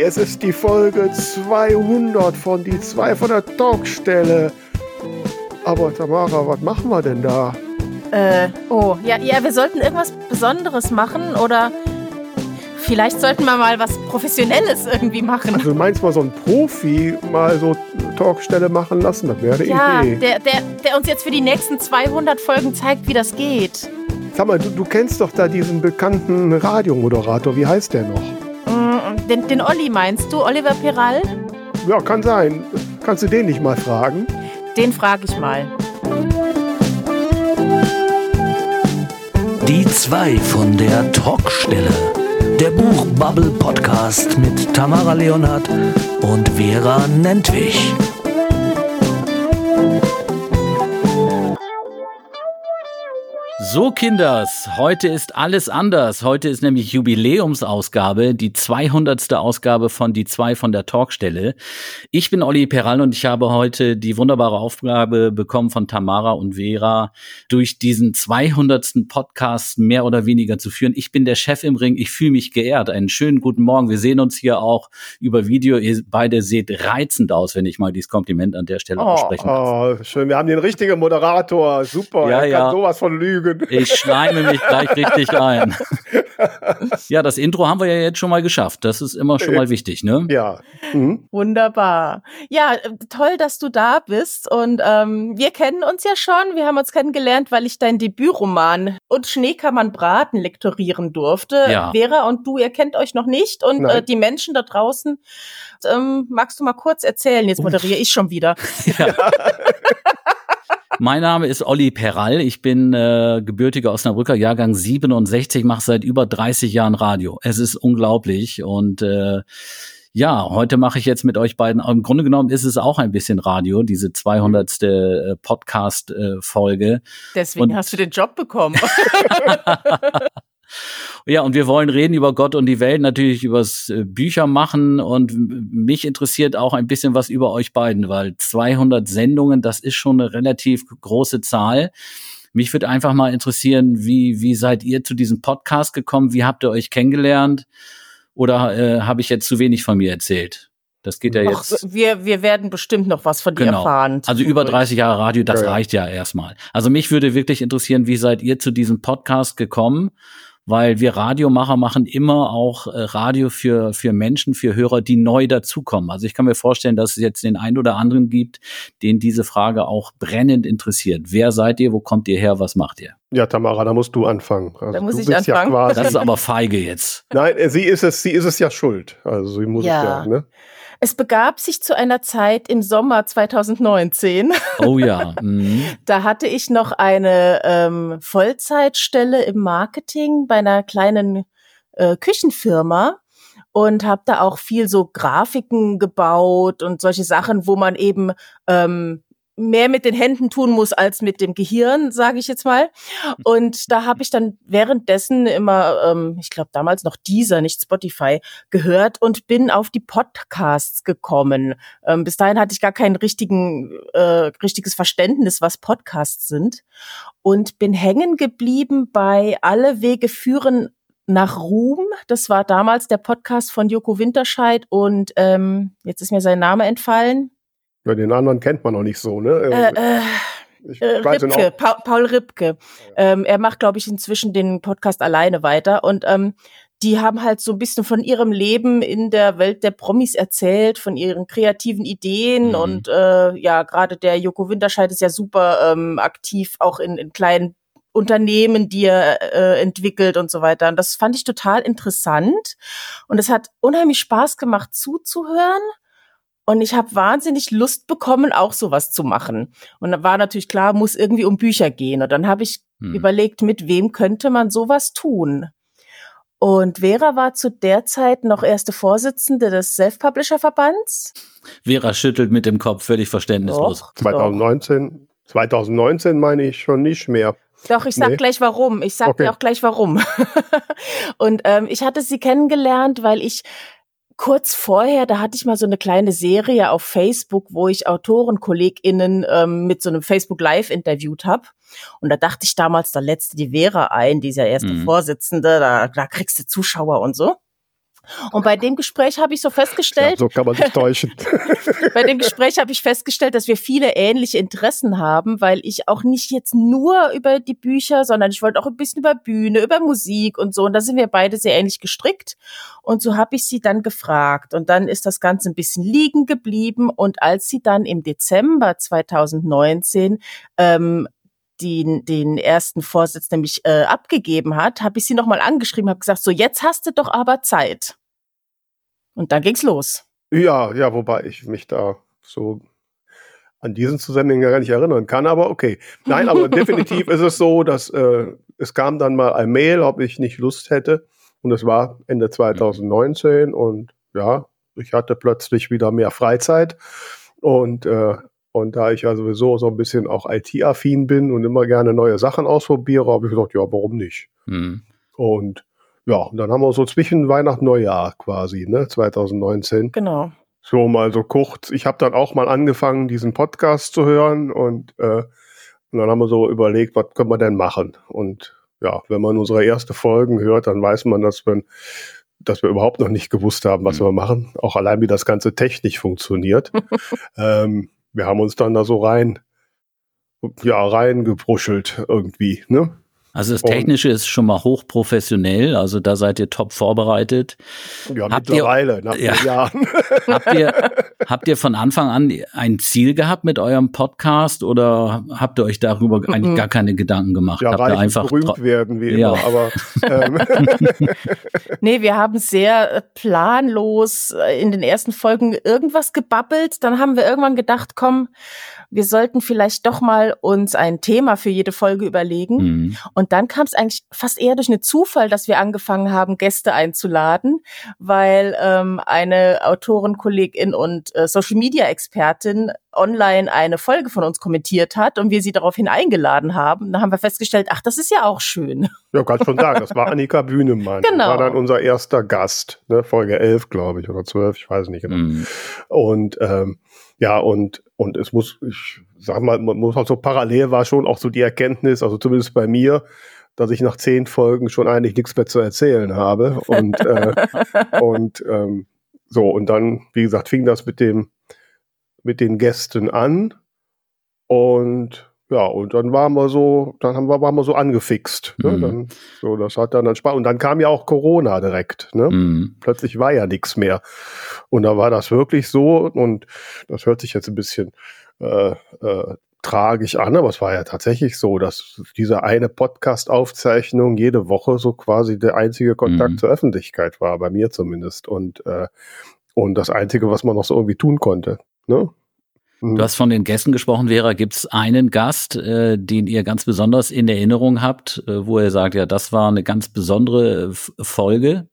es ist die Folge 200 von die 2 von der Talkstelle. Aber Tamara, was machen wir denn da? Ja, wir sollten irgendwas Besonderes machen oder vielleicht sollten wir mal was Professionelles irgendwie machen. Also du meinst mal so ein Profi mal so Talkstelle machen lassen? Das wäre eine Idee. Der uns jetzt für die nächsten 200 Folgen zeigt, wie das geht. Sag mal, du kennst doch da diesen bekannten Radiomoderator. Wie heißt der noch? Den Olli meinst du, Oliver Peral? Ja, kann sein. Kannst du den nicht mal fragen? Den frage ich mal. Die 2 von der Talkstelle. Der Buchbubble-Podcast mit Tamara Leonhardt und Vera Nentwich. So, Kinders, heute ist alles anders. Heute ist nämlich Jubiläumsausgabe, die 200. Ausgabe von die 2 von der Talkstelle. Ich bin Olli Peral und ich habe heute die wunderbare Aufgabe bekommen von Tamara und Vera, durch diesen 200. Podcast mehr oder weniger zu führen. Ich bin der Chef im Ring, ich fühle mich geehrt. Einen schönen guten Morgen. Wir sehen uns hier auch über Video. Ihr beide seht reizend aus, wenn ich mal dieses Kompliment an der Stelle aussprechen darf. Oh, schön. Wir haben den richtigen Moderator. Super. Ja, er kann sowas von lügen. Ich schleime mich gleich richtig ein. Ja, das Intro haben wir ja jetzt schon mal geschafft. Das ist immer schon mal wichtig, ne? Ja. Mhm. Wunderbar. Ja, toll, dass du da bist. Und wir kennen uns ja schon. Wir haben uns kennengelernt, weil ich dein Debütroman Und Schnee kann man braten lektorieren durfte. Ja. Vera und du, ihr kennt euch noch nicht. Und die Menschen da draußen, magst du mal kurz erzählen? Jetzt moderiere ich schon wieder. Ja. Mein Name ist Olli Peral. Ich bin gebürtiger Osnabrücker, Jahrgang 67, mache seit über 30 Jahren Radio. Es ist unglaublich. Und heute mache ich jetzt mit euch beiden, im Grunde genommen ist es auch ein bisschen Radio, diese 200. Podcast-Folge. Deswegen hast du den Job bekommen. Ja, und wir wollen reden über Gott und die Welt, natürlich übers Bücher machen, und mich interessiert auch ein bisschen was über euch beiden, weil 200 Sendungen, das ist schon eine relativ große Zahl. Mich würde einfach mal interessieren, wie seid ihr zu diesem Podcast gekommen? Wie habt ihr euch kennengelernt? Oder habe ich jetzt zu wenig von mir erzählt? Das geht ja jetzt. Ach, wir werden bestimmt noch was von dir erfahren. Also über 30 Jahre Radio, das reicht ja erstmal. Also mich würde wirklich interessieren, wie seid ihr zu diesem Podcast gekommen? Weil wir Radiomacher machen immer auch Radio für Menschen, für Hörer, die neu dazukommen. Also ich kann mir vorstellen, dass es jetzt den einen oder anderen gibt, den diese Frage auch brennend interessiert. Wer seid ihr? Wo kommt ihr her? Was macht ihr? Ja, Tamara, da musst du anfangen. Also da muss ich anfangen. Ja quasi, das ist aber feige jetzt. Nein, sie ist es ja schuld. Also sie muss es ja, ne? Es begab sich zu einer Zeit im Sommer 2019. Oh ja. Mhm. Da hatte ich noch eine Vollzeitstelle im Marketing bei einer kleinen Küchenfirma und habe da auch viel so Grafiken gebaut und solche Sachen, wo man eben mehr mit den Händen tun muss als mit dem Gehirn, sage ich jetzt mal. Und da habe ich dann währenddessen immer, ich glaube damals noch Deezer, nicht Spotify, gehört und bin auf die Podcasts gekommen. Bis dahin hatte ich gar kein richtiges Verständnis, was Podcasts sind. Und bin hängen geblieben bei Alle Wege führen nach Ruhm. Das war damals der Podcast von Joko Winterscheid und jetzt ist mir sein Name entfallen. Ja, den anderen kennt man noch nicht so, ne? Ripke, Paul Ripke. Er macht, glaube ich, inzwischen den Podcast alleine weiter. Und die haben halt so ein bisschen von ihrem Leben in der Welt der Promis erzählt, von ihren kreativen Ideen. Mhm. Und gerade der Joko Winterscheid ist ja super aktiv, auch in kleinen Unternehmen, die er entwickelt und so weiter. Und das fand ich total interessant. Und es hat unheimlich Spaß gemacht zuzuhören. Und ich habe wahnsinnig Lust bekommen, auch sowas zu machen. Und da war natürlich klar, muss irgendwie um Bücher gehen. Und dann habe ich überlegt, mit wem könnte man sowas tun? Und Vera war zu der Zeit noch erste Vorsitzende des Self-Publisher-Verbands. Vera schüttelt mit dem Kopf, völlig verständnislos. Doch. 2019 meine ich schon nicht mehr. Doch, ich sag gleich warum. Ich sag dir auch gleich warum. Und ich hatte sie kennengelernt, weil ich kurz vorher, da hatte ich mal so eine kleine Serie auf Facebook, wo ich AutorenkollegInnen mit so einem Facebook Live interviewt habe. Und da dachte ich damals, da lädst du die Vera ein, die ist ja erste Vorsitzende, da kriegst du Zuschauer und so. Und bei dem Gespräch habe ich so festgestellt, Ja, so kann man sich täuschen. bei dem Gespräch habe ich festgestellt, dass wir viele ähnliche Interessen haben, weil ich auch nicht jetzt nur über die Bücher, sondern ich wollte auch ein bisschen über Bühne, über Musik und so. Und da sind wir beide sehr ähnlich gestrickt. Und so habe ich sie dann gefragt. Und dann ist das Ganze ein bisschen liegen geblieben. Und als sie dann im Dezember 2019 den ersten Vorsitz nämlich abgegeben hat, habe ich sie nochmal angeschrieben, habe gesagt, so jetzt hast du doch aber Zeit. Und dann ging's los. Ja, wobei ich mich da so an diesen Zusammenhang gar nicht erinnern kann, aber okay. Nein, aber definitiv ist es so, dass es kam dann mal ein Mail, ob ich nicht Lust hätte. Und es war Ende 2019 und ja, ich hatte plötzlich wieder mehr Freizeit und da ich ja sowieso so ein bisschen auch IT-affin bin und immer gerne neue Sachen ausprobiere, habe ich gesagt, ja, warum nicht? Und ja, und dann haben wir so zwischen Weihnachten und Neujahr quasi, 2019. Genau. So mal so kurz. Ich habe dann auch mal angefangen, diesen Podcast zu hören und dann haben wir so überlegt, was können wir denn machen? Und ja, wenn man unsere erste Folgen hört, dann weiß man, dass wir überhaupt noch nicht gewusst haben, was wir machen. Auch allein, wie das Ganze technisch funktioniert. Wir haben uns dann da so reingepruschelt irgendwie, ne? Also das Technische ist schon mal hochprofessionell, also da seid ihr top vorbereitet. Ja, mittlerweile, nach 4 Jahren. Habt ihr von Anfang an ein Ziel gehabt mit eurem Podcast oder habt ihr euch darüber eigentlich gar keine Gedanken gemacht? Ja, habt reich ihr einfach berühmt werden, wie immer, aber Nee, wir haben sehr planlos in den ersten Folgen irgendwas gebabbelt. Dann haben wir irgendwann gedacht, komm, wir sollten vielleicht doch mal uns ein Thema für jede Folge überlegen. Und dann kam es eigentlich fast eher durch einen Zufall, dass wir angefangen haben, Gäste einzuladen, weil eine Autorin, Kollegin und Social-Media-Expertin online eine Folge von uns kommentiert hat und wir sie daraufhin eingeladen haben. Da haben wir festgestellt, ach, das ist ja auch schön. Ja, kann ich schon sagen, das war Annika Bühnemann. Genau. Das war dann unser erster Gast, ne? Folge 11, glaube ich, oder 12, ich weiß nicht genau. Und und es muss, ich sag mal, man muss auch so parallel war schon auch so die Erkenntnis, also zumindest bei mir, dass ich nach 10 Folgen schon eigentlich nichts mehr zu erzählen habe. Und und dann, wie gesagt, fing das mit den Gästen an und ja, und dann waren wir so angefixt. Ne? Dann, so, das hat dann Spaß. Und dann kam ja auch Corona direkt. Ne? Plötzlich war ja nichts mehr. Und da war das wirklich so, und das hört sich jetzt ein bisschen tragisch an, aber es war ja tatsächlich so, dass diese eine Podcast-Aufzeichnung jede Woche so quasi der einzige Kontakt zur Öffentlichkeit war, bei mir zumindest. Und das Einzige, was man noch so irgendwie tun konnte. Ne? Du hast von den Gästen gesprochen, Vera. Gibt es einen Gast, den ihr ganz besonders in Erinnerung habt, wo ihr sagt, ja, das war eine ganz besondere Folge?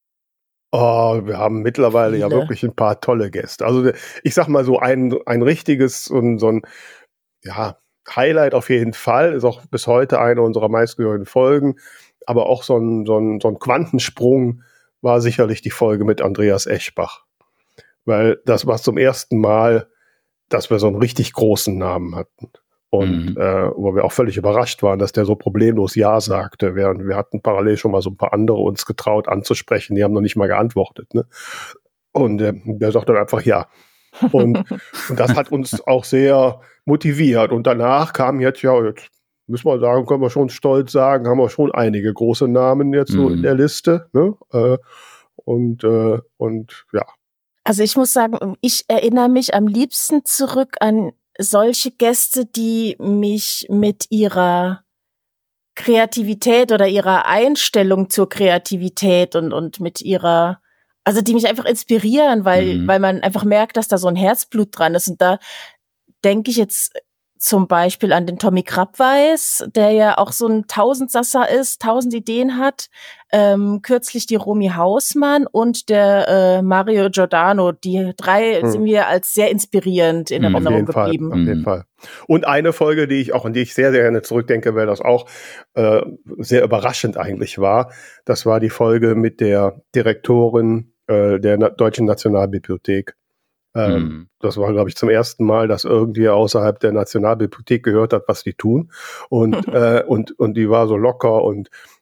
Oh, wir haben mittlerweile ja wirklich ein paar tolle Gäste. Also ich sag mal so ein richtiges, so ein Highlight auf jeden Fall, ist auch bis heute eine unserer meistgehörten Folgen, aber auch so ein Quantensprung war sicherlich die Folge mit Andreas Eschbach. Weil das war zum ersten Mal, dass wir so einen richtig großen Namen hatten. Und wo wir auch völlig überrascht waren, dass der so problemlos Ja sagte, während wir hatten parallel schon mal so ein paar andere uns getraut anzusprechen, die haben noch nicht mal geantwortet. Ne? Und der sagt dann einfach Ja. Und das hat uns auch sehr motiviert. Und danach kam jetzt müssen wir sagen, können wir schon stolz sagen, haben wir schon einige große Namen jetzt so in der Liste. Ne? Und ja. Also ich muss sagen, ich erinnere mich am liebsten zurück an solche Gäste, die mich mit ihrer Kreativität oder ihrer Einstellung zur Kreativität und mit ihrer, also die mich einfach inspirieren, weil man einfach merkt, dass da so ein Herzblut dran ist. Und da denke ich jetzt zum Beispiel an den Tommy Krabweis, der ja auch so ein Tausendsasser ist, 1000 Ideen hat. Kürzlich die Romy Hausmann und der Mario Giordano. Die 3 sind mir als sehr inspirierend in Erinnerung geblieben. Auf jeden Fall. Und eine Folge, an die ich sehr, sehr gerne zurückdenke, weil das auch sehr überraschend eigentlich war. Das war die Folge mit der Direktorin der Deutschen Nationalbibliothek. Das war, glaube ich, zum ersten Mal, dass irgendwie außerhalb der Nationalbibliothek gehört hat, was die tun. Und die war so locker und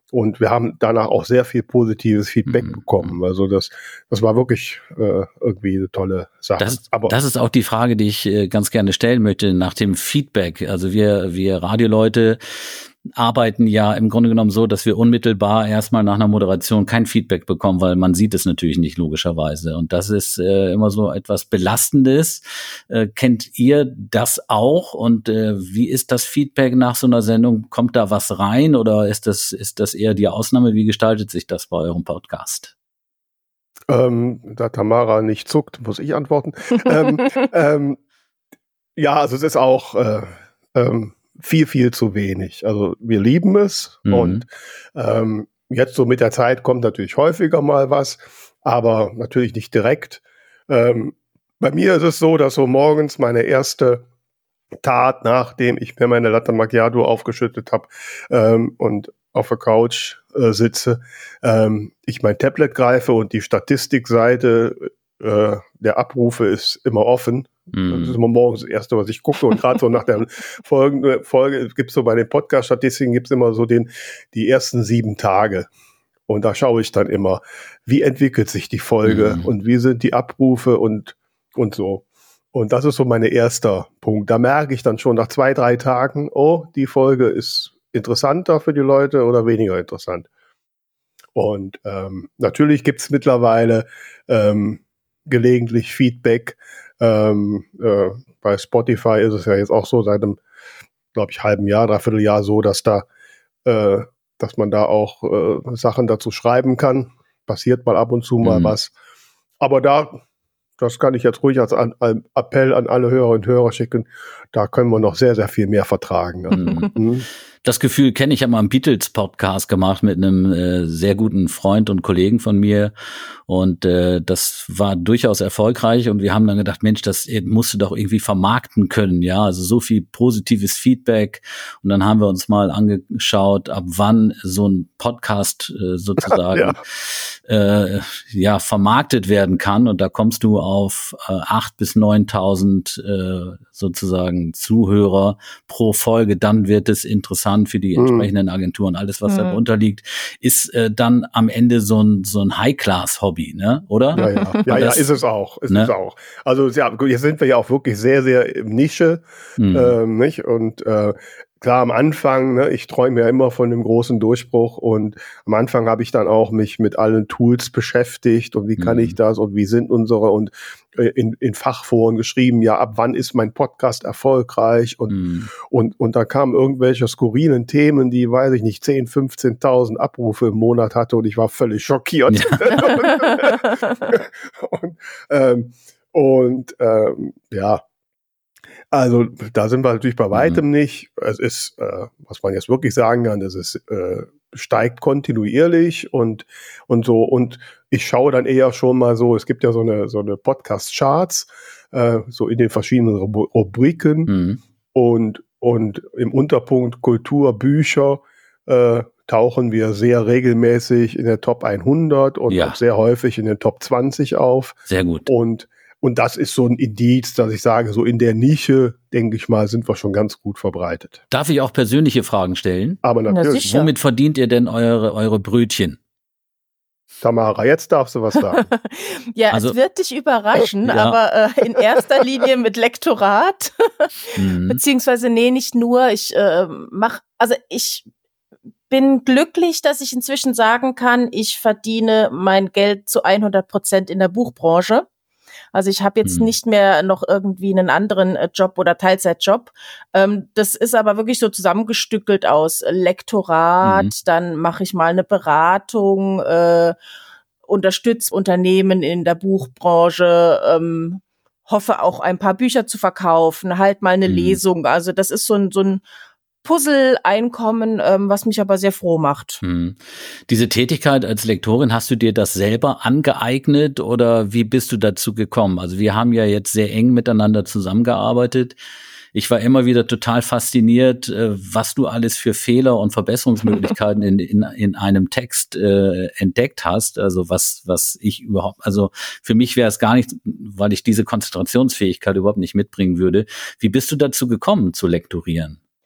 Und wir haben danach auch sehr viel positives Feedback bekommen. Also das war wirklich irgendwie eine tolle Sache. Das ist auch die Frage, die ich ganz gerne stellen möchte nach dem Feedback. Also wir Radioleute arbeiten ja im Grunde genommen so, dass wir unmittelbar erstmal nach einer Moderation kein Feedback bekommen, weil man sieht es natürlich nicht logischerweise. Und das ist immer so etwas Belastendes. Kennt ihr das auch? Und wie ist das Feedback nach so einer Sendung? Kommt da was rein oder ist das eher die Ausnahme? Wie gestaltet sich das bei eurem Podcast? Da Tamara nicht zuckt, muss ich antworten. Ja, also es ist auch viel zu wenig. Also wir lieben es und jetzt so mit der Zeit kommt natürlich häufiger mal was, aber natürlich nicht direkt. Bei mir ist es so, dass so morgens meine erste Tat, nachdem ich mir meine Latte Macchiato aufgeschüttet habe und auf der Couch sitze, ich mein Tablet greife und die Statistikseite der Abrufe ist immer offen. Das ist immer morgens das Erste, was ich gucke. Und gerade so nach der Folge gibt es so bei den Podcast-Statistiken gibt es immer so die ersten 7 Tage. Und da schaue ich dann immer, wie entwickelt sich die Folge und wie sind die Abrufe und so. Und das ist so mein erster Punkt. Da merke ich dann schon nach 2, 3 Tagen, oh, die Folge ist interessanter für die Leute oder weniger interessant. Und natürlich gibt es mittlerweile gelegentlich Feedback. Bei Spotify ist es ja jetzt auch so seit einem, glaube ich, halben Jahr, Dreivierteljahr so, dass man da auch Sachen dazu schreiben kann. Passiert mal ab und zu mal was. Aber das kann ich jetzt ruhig als Appell an alle Hörerinnen und Hörer schicken. Da können wir noch sehr, sehr viel mehr vertragen. Das Gefühl kenne ich ja mal im Beatles-Podcast gemacht mit einem sehr guten Freund und Kollegen von mir. Und das war durchaus erfolgreich. Und wir haben dann gedacht, Mensch, das musst du doch irgendwie vermarkten können. Ja, also so viel positives Feedback. Und dann haben wir uns mal angeschaut, ab wann so ein Podcast sozusagen vermarktet werden kann. Und da kommst du auf 8.000 bis 9.000 sozusagen Zuhörer pro Folge. Dann wird es interessant für die entsprechenden Agenturen. Alles, was darunter liegt, ist dann am Ende so ein High-Class-Hobby, ne? Oder? Ja, ist es auch. Ist es auch. Also ja, jetzt sind wir ja auch wirklich sehr, sehr im Nische, nicht? Und klar, am Anfang, ne, ich träume ja immer von dem großen Durchbruch und am Anfang habe ich dann auch mich mit allen Tools beschäftigt und wie kann ich das und wie sind unsere und in Fachforen geschrieben, ja, ab wann ist mein Podcast erfolgreich und da kamen irgendwelche skurrilen Themen, die, weiß ich nicht, 10.000, 15.000 Abrufe im Monat hatte und ich war völlig schockiert. Ja, also da sind wir natürlich bei weitem nicht. Es ist, was man jetzt wirklich sagen kann, es ist, steigt kontinuierlich und so. Und ich schaue dann eher schon mal so, es gibt ja so eine Podcast-Charts, so in den verschiedenen Rubriken und im Unterpunkt Kultur, Bücher tauchen wir sehr regelmäßig in der Top 100 und auch sehr häufig in den Top 20 auf. Sehr gut. Und das ist so ein Indiz, dass ich sage, so in der Nische, denke ich mal, sind wir schon ganz gut verbreitet. Darf ich auch persönliche Fragen stellen? Aber natürlich. Womit verdient ihr denn eure Brötchen? Tamara, jetzt darfst du was sagen. Ja, also, es wird dich überraschen, aber in erster Linie mit Lektorat. Beziehungsweise, nee, nicht nur. Ich bin glücklich, dass ich inzwischen sagen kann, ich verdiene mein Geld zu 100% in der Buchbranche. Also ich habe jetzt nicht mehr noch irgendwie einen anderen Job oder Teilzeitjob. Das ist aber wirklich so zusammengestückelt aus Lektorat, dann mache ich mal eine Beratung, unterstütze Unternehmen in der Buchbranche, hoffe auch ein paar Bücher zu verkaufen, halt mal eine Lesung. Also das ist so ein Puzzle-Einkommen, was mich aber sehr froh macht. Diese Tätigkeit als Lektorin, hast du dir das selber angeeignet oder wie bist du dazu gekommen? Also wir haben ja jetzt sehr eng miteinander zusammengearbeitet. Ich war immer wieder total fasziniert, was du alles für Fehler und Verbesserungsmöglichkeiten in einem Text entdeckt hast. Also was ich überhaupt, also für mich wäre es gar nicht, weil ich diese Konzentrationsfähigkeit überhaupt nicht mitbringen würde. Wie bist du dazu gekommen, zu lektorieren?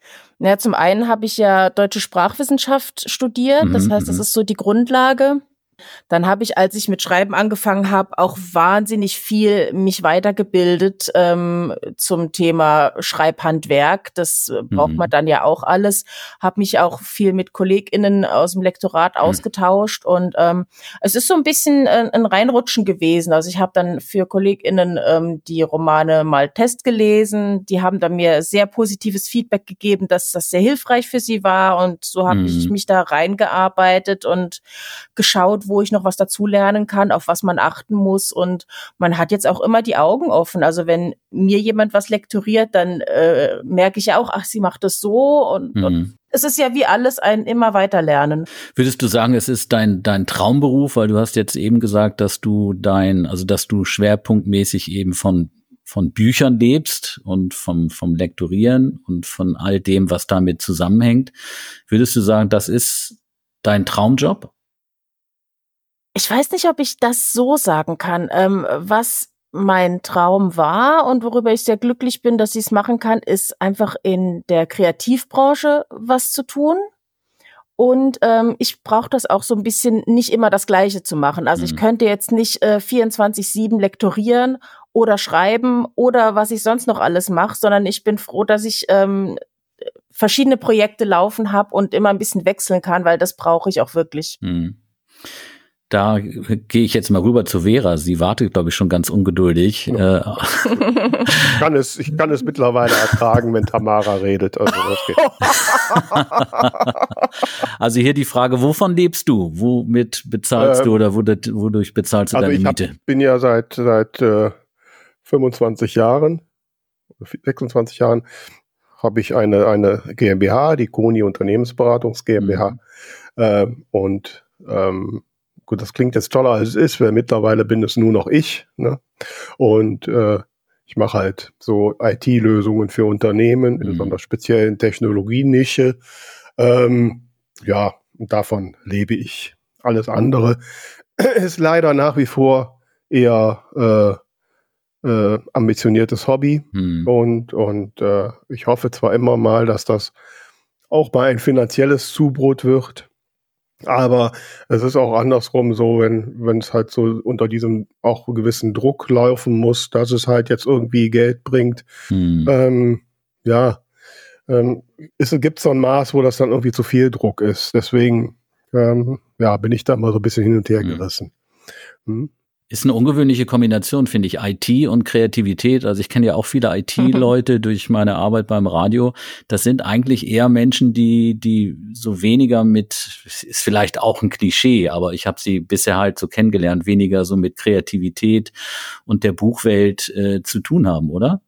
Ja, zum einen habe ich ja Deutsche Sprachwissenschaft studiert, das heißt, das ist so die Grundlage. Dann habe ich, als ich mit Schreiben angefangen habe, auch wahnsinnig viel mich weitergebildet zum Thema Schreibhandwerk. Das braucht man dann ja auch alles. Habe mich auch viel mit KollegInnen aus dem Lektorat ausgetauscht und es ist so ein bisschen ein Reinrutschen gewesen. Also ich habe dann für KollegInnen die Romane mal Test gelesen. Die haben dann mir sehr positives Feedback gegeben, dass das sehr hilfreich für sie war und so habe ich mich da reingearbeitet und geschaut, wo ich noch was dazu lernen kann, auf was man achten muss und man hat jetzt auch immer die Augen offen. Also wenn mir jemand was lektoriert, dann merke ich ja auch, ach, sie macht das so und es ist ja wie alles ein immer weiter lernen. Würdest du sagen, es ist dein Traumberuf, weil du hast jetzt eben gesagt, dass du dass du schwerpunktmäßig eben von Büchern lebst und vom Lektorieren und von all dem, was damit zusammenhängt. Würdest du sagen, das ist dein Traumjob? Ich weiß nicht, ob ich das so sagen kann. Was mein Traum war und worüber ich sehr glücklich bin, dass ich es machen kann, ist einfach in der Kreativbranche was zu tun. Und ich brauche das auch so ein bisschen, nicht immer das Gleiche zu machen. Also ich könnte jetzt nicht 24/7 lektorieren oder schreiben oder was ich sonst noch alles mache, sondern ich bin froh, dass ich verschiedene Projekte laufen habe und immer ein bisschen wechseln kann, weil das brauche ich auch wirklich. Da gehe ich jetzt mal rüber zu Vera. Sie wartet, glaube ich, schon ganz ungeduldig. Ich kann es mittlerweile ertragen, wenn Tamara redet. Also, das geht. Also hier die Frage, wovon lebst du? Womit bezahlst du oder wodurch bezahlst du deine Miete? Ich bin ja seit 25 Jahren, 26 Jahren, habe ich eine GmbH, die Koni Unternehmensberatungs GmbH. Gut, das klingt jetzt toller als es ist, weil mittlerweile bin es nur noch ich. Ne? Und ich mache halt so IT-Lösungen für Unternehmen in so einer speziellen Technologienische. Ja, und davon lebe ich. Alles andere ist leider nach wie vor eher ambitioniertes Hobby. Und ich hoffe zwar immer mal, dass das auch mal ein finanzielles Zubrot wird. Aber es ist auch andersrum so, wenn es halt so unter diesem auch gewissen Druck laufen muss, dass es halt jetzt irgendwie Geld bringt. Gibt so ein Maß, wo das dann irgendwie zu viel Druck ist. Deswegen bin ich da mal so ein bisschen hin und her gerissen. Ist eine ungewöhnliche Kombination, finde ich, IT und Kreativität. Also ich kenne ja auch viele IT-Leute durch meine Arbeit beim Radio. Das sind eigentlich eher Menschen, die so weniger ist vielleicht auch ein Klischee, aber ich habe sie bisher halt so kennengelernt, weniger so mit Kreativität und der Buchwelt zu tun haben, oder?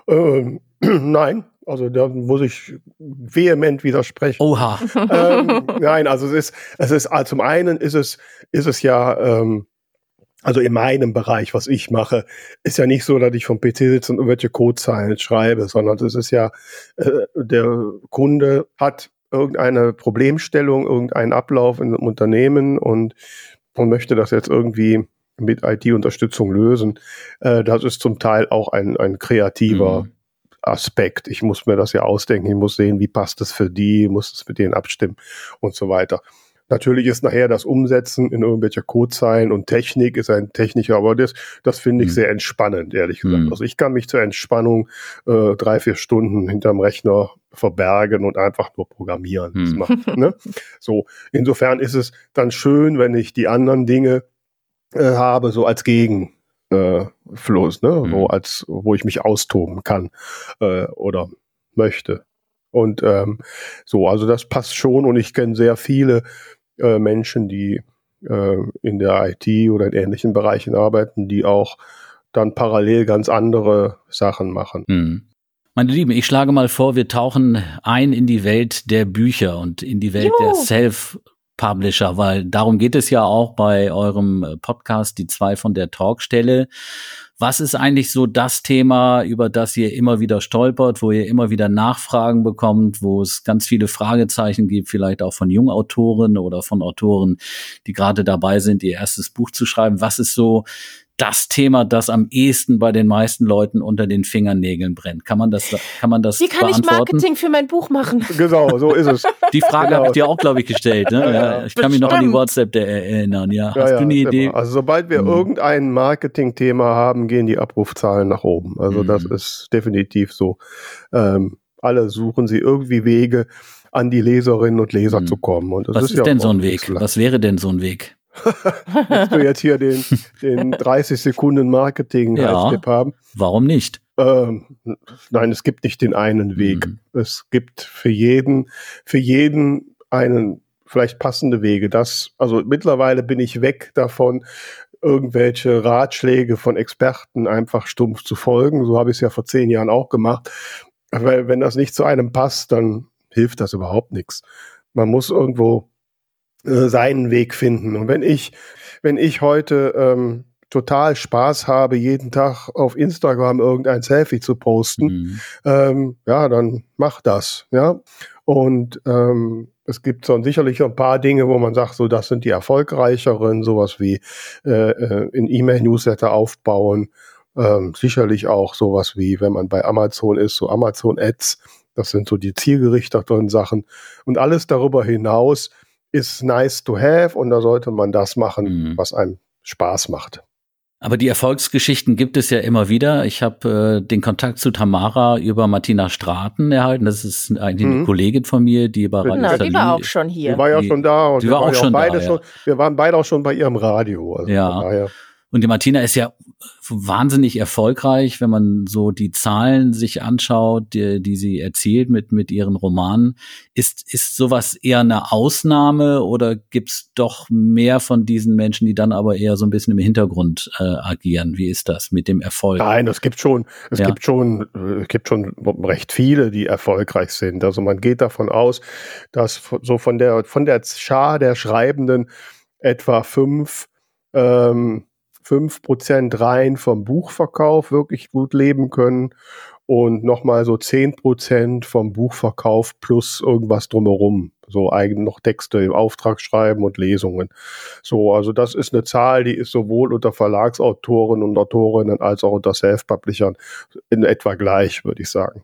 Nein. Also da muss ich vehement widersprechen. Oha. Nein, also es ist zum einen ist es ja also in meinem Bereich, was ich mache, ist ja nicht so, dass ich vom PC sitze und irgendwelche Codezeilen schreibe, sondern es ist ja, der Kunde hat irgendeine Problemstellung, irgendeinen Ablauf in einem Unternehmen und möchte das jetzt irgendwie mit IT-Unterstützung lösen. Das ist zum Teil auch ein kreativer Aspekt. Ich muss mir das ja ausdenken, ich muss sehen, wie passt das für die, muss es mit denen abstimmen und so weiter. Natürlich ist nachher das Umsetzen in irgendwelcher Codezeilen und Technik ist ein technischer, aber das finde ich sehr entspannend, ehrlich gesagt. Also ich kann mich zur Entspannung 3-4 Stunden hinterm Rechner verbergen und einfach nur programmieren. Das macht, ne? So, insofern ist es dann schön, wenn ich die anderen Dinge habe, so als Gegenfluss, ne? So wo ich mich austoben kann oder möchte. Und also das passt schon und ich kenne sehr viele Menschen, die in der IT oder in ähnlichen Bereichen arbeiten, die auch dann parallel ganz andere Sachen machen. Meine Lieben, ich schlage mal vor, wir tauchen ein in die Welt der Bücher und in die Welt der Self-Publisher, weil darum geht es ja auch bei eurem Podcast, die 2 von der Talkstelle. Was ist eigentlich so das Thema, über das ihr immer wieder stolpert, wo ihr immer wieder Nachfragen bekommt, wo es ganz viele Fragezeichen gibt, vielleicht auch von Jungautoren oder von Autoren, die gerade dabei sind, ihr erstes Buch zu schreiben? Was ist so das Thema, das am ehesten bei den meisten Leuten unter den Fingernägeln brennt. Kann man das Wie kann beantworten? ich Marketing für mein Buch machen? Genau, so ist es. Die Frage habe ich dir auch, glaube ich, gestellt. Ne? Ja, ich kann mich noch an die WhatsApp erinnern. Ja. Hast du eine Idee? Immer. Also sobald wir irgendein Marketing-Thema haben, gehen die Abrufzahlen nach oben. Also das ist definitiv so. Alle suchen sie irgendwie Wege, an die Leserinnen und Leser zu kommen. Und das Was ist ist ja denn so ein Weg? Was wäre denn so ein Weg? Willst du jetzt hier den 30 Sekunden Marketing-Tipp haben? Warum nicht? Nein, es gibt nicht den einen Weg. Es gibt für jeden einen vielleicht passende Wege. Also mittlerweile bin ich weg davon, irgendwelche Ratschläge von Experten einfach stumpf zu folgen. So habe ich es ja vor 10 Jahren auch gemacht. Weil wenn das nicht zu einem passt, dann hilft das überhaupt nichts. Man muss irgendwo seinen Weg finden. Und wenn ich heute total Spaß habe, jeden Tag auf Instagram irgendein Selfie zu posten, dann mach das. Ja. Und es gibt sicherlich ein paar Dinge, wo man sagt, so das sind die erfolgreicheren, sowas wie in E-Mail-Newsletter aufbauen, sicherlich auch sowas wie, wenn man bei Amazon ist, so Amazon-Ads, das sind so die zielgerichteten Sachen. Und alles darüber hinaus ist nice to have und da sollte man das machen, was einem Spaß macht. Aber die Erfolgsgeschichten gibt es ja immer wieder. Ich habe den Kontakt zu Tamara über Martina Straten erhalten. Das ist eigentlich eine Kollegin von mir, die bei Radio Genau, die war auch schon hier. Die war ja schon da und wir waren beide auch schon bei ihrem Radio. Also ja. Und die Martina ist ja wahnsinnig erfolgreich, wenn man so die Zahlen sich anschaut, die sie erzielt mit ihren Romanen. Ist sowas eher eine Ausnahme oder gibt's doch mehr von diesen Menschen, die dann aber eher so ein bisschen im Hintergrund agieren? Wie ist das mit dem Erfolg? Nein, es gibt schon recht viele, die erfolgreich sind. Also man geht davon aus, dass so von der Schar der Schreibenden etwa 5% rein vom Buchverkauf wirklich gut leben können und nochmal so 10% vom Buchverkauf plus irgendwas drumherum. So noch Texte im Auftrag schreiben und Lesungen. So, also das ist eine Zahl, die ist sowohl unter Verlagsautoren und Autorinnen als auch unter Self-Publishern in etwa gleich, würde ich sagen.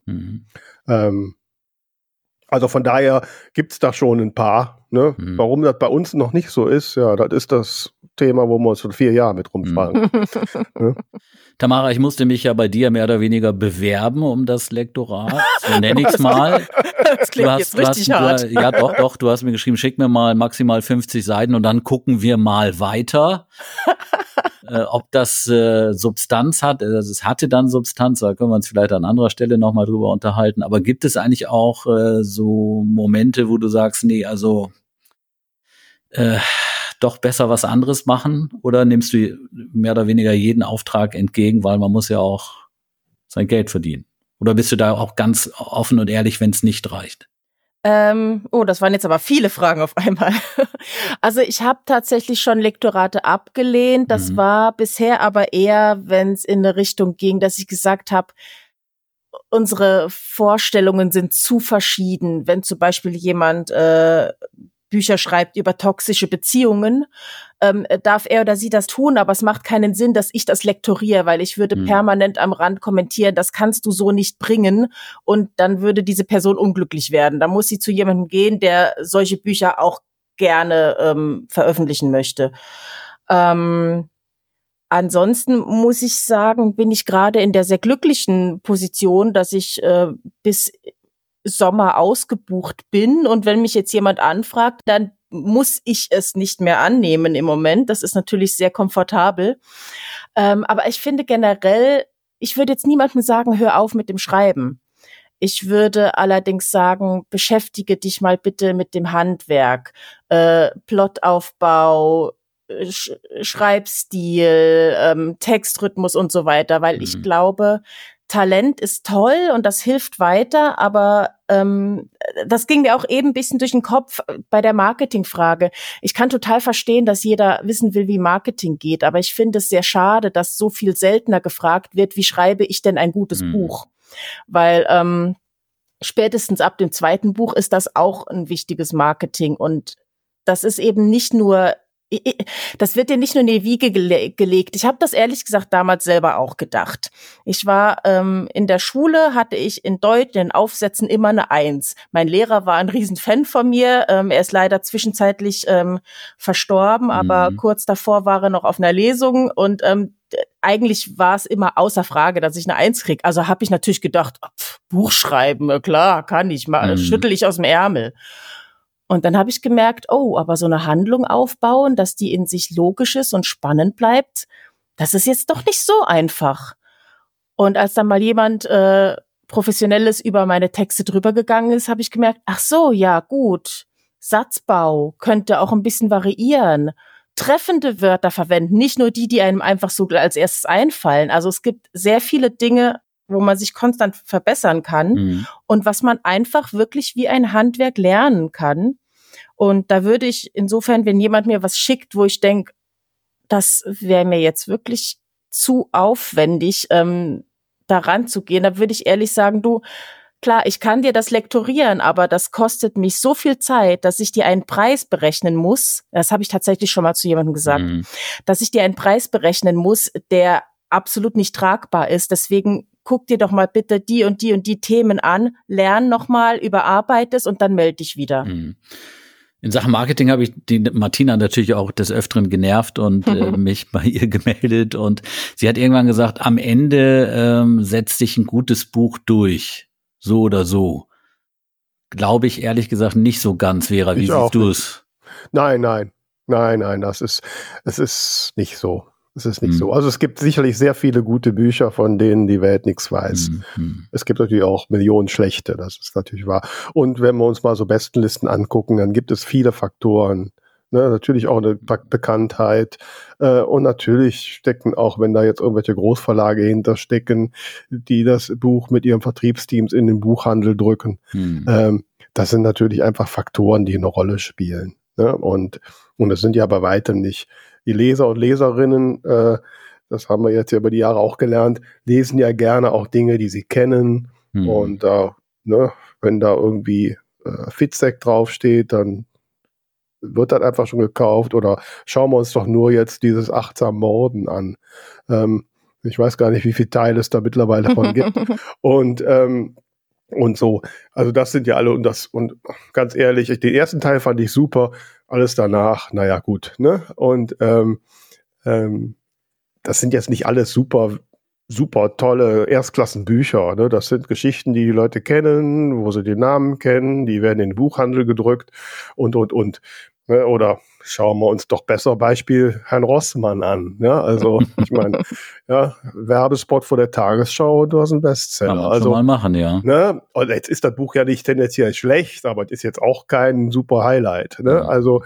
Also von daher gibt's da schon ein paar. Ne? Warum das bei uns noch nicht so ist, ja, das ist das Thema, wo wir uns schon 4 Jahre mit rumfragen. Ne? Tamara, ich musste mich ja bei dir mehr oder weniger bewerben um das Lektorat, so nenne ich es mal. Das klingt jetzt richtig hart. Ja, doch, du hast mir geschrieben, schick mir mal maximal 50 Seiten und dann gucken wir mal weiter. Ob das Substanz hat, also es hatte dann Substanz, da können wir uns vielleicht an anderer Stelle nochmal drüber unterhalten, aber gibt es eigentlich auch so Momente, wo du sagst, nee, also doch besser was anderes machen, oder nimmst du mehr oder weniger jeden Auftrag entgegen, weil man muss ja auch sein Geld verdienen? Oder bist du da auch ganz offen und ehrlich, wenn es nicht reicht? Das waren jetzt aber viele Fragen auf einmal. Also ich habe tatsächlich schon Lektorate abgelehnt. Das war bisher aber eher, wenn es in eine Richtung ging, dass ich gesagt habe, unsere Vorstellungen sind zu verschieden. Wenn zum Beispiel jemand Bücher schreibt über toxische Beziehungen, darf er oder sie das tun, aber es macht keinen Sinn, dass ich das lektoriere, weil ich würde permanent am Rand kommentieren, das kannst du so nicht bringen, und dann würde diese Person unglücklich werden. Da muss sie zu jemandem gehen, der solche Bücher auch gerne veröffentlichen möchte. Ansonsten muss ich sagen, bin ich gerade in der sehr glücklichen Position, dass ich bis Sommer ausgebucht bin, und wenn mich jetzt jemand anfragt, dann muss ich es nicht mehr annehmen im Moment. Das ist natürlich sehr komfortabel. Aber ich finde generell, ich würde jetzt niemandem sagen, hör auf mit dem Schreiben. Ich würde allerdings sagen, beschäftige dich mal bitte mit dem Handwerk, Plotaufbau, Schreibstil, Textrhythmus und so weiter, weil ich glaube, Talent ist toll und das hilft weiter, aber das ging mir auch eben ein bisschen durch den Kopf bei der Marketingfrage. Ich kann total verstehen, dass jeder wissen will, wie Marketing geht, aber ich finde es sehr schade, dass so viel seltener gefragt wird, wie schreibe ich denn ein gutes Buch? Weil spätestens ab dem 2. Buch ist das auch ein wichtiges Marketing, und das ist eben nicht nur das wird dir nicht nur in die Wiege gelegt. Ich habe das ehrlich gesagt damals selber auch gedacht. Ich war in der Schule, hatte ich in Deutsch, in den Aufsätzen immer eine 1. Mein Lehrer war ein Riesenfan von mir. Er ist leider zwischenzeitlich verstorben, aber kurz davor war er noch auf einer Lesung und eigentlich war es immer außer Frage, dass ich eine 1 kriege. Also habe ich natürlich gedacht, Buch schreiben, klar, kann ich, mal schüttel ich aus dem Ärmel. Und dann habe ich gemerkt, aber so eine Handlung aufbauen, dass die in sich logisch ist und spannend bleibt, das ist jetzt doch nicht so einfach. Und als dann mal jemand Professionelles über meine Texte drüber gegangen ist, habe ich gemerkt, ach so, ja gut, Satzbau könnte auch ein bisschen variieren. Treffende Wörter verwenden, nicht nur die einem einfach so als erstes einfallen. Also es gibt sehr viele Dinge, wo man sich konstant verbessern kann und was man einfach wirklich wie ein Handwerk lernen kann. Und da würde ich insofern, wenn jemand mir was schickt, wo ich denke, das wäre mir jetzt wirklich zu aufwendig, daran zu gehen, da würde ich ehrlich sagen, du, klar, ich kann dir das lektorieren, aber das kostet mich so viel Zeit, dass ich dir einen Preis berechnen muss. Das habe ich tatsächlich schon mal zu jemandem gesagt, dass ich dir einen Preis berechnen muss, der absolut nicht tragbar ist. Deswegen guck dir doch mal bitte die und die und die Themen an, lern nochmal, überarbeite es und dann melde dich wieder. In Sachen Marketing habe ich die Martina natürlich auch des Öfteren genervt und mich bei ihr gemeldet. Und sie hat irgendwann gesagt, am Ende setzt sich ein gutes Buch durch. So oder so. Glaube ich ehrlich gesagt nicht so ganz, Vera. Wie siehst du es? Nein, es ist nicht so. Es ist nicht so. Also es gibt sicherlich sehr viele gute Bücher, von denen die Welt nichts weiß. Es gibt natürlich auch Millionen schlechte, das ist natürlich wahr. Und wenn wir uns mal so Bestenlisten angucken, dann gibt es viele Faktoren. Ne, natürlich auch eine Bekanntheit und natürlich stecken auch, wenn da jetzt irgendwelche Großverlage hinterstecken, die das Buch mit ihren Vertriebsteams in den Buchhandel drücken. Das sind natürlich einfach Faktoren, die eine Rolle spielen. Ne? Und das sind ja bei weitem nicht die Leser und Leserinnen, das haben wir jetzt ja über die Jahre auch gelernt, lesen ja gerne auch Dinge, die sie kennen. Und wenn da irgendwie Fitzek draufsteht, dann wird das einfach schon gekauft. Oder schauen wir uns doch nur jetzt dieses achtsam Morden an. Ich weiß gar nicht, wie viele Teile es da mittlerweile davon gibt. Und so. Also das sind ja alle und ganz ehrlich, den ersten Teil fand ich super. Alles danach, naja, gut, ne? Und das sind jetzt nicht alles super tolle Erstklassenbücher, ne? Das sind Geschichten, die Leute kennen, wo sie den Namen kennen, die werden in den Buchhandel gedrückt und. Ne? Oder schauen wir uns doch besser Beispiel Herrn Rossmann an. Ja, also ich meine, Werbespot vor der Tagesschau und du hast einen Bestseller. Kann man schon mal machen, ja. Ne? Und jetzt ist das Buch ja nicht tendenziell schlecht, aber es ist jetzt auch kein super Highlight. Ne? Also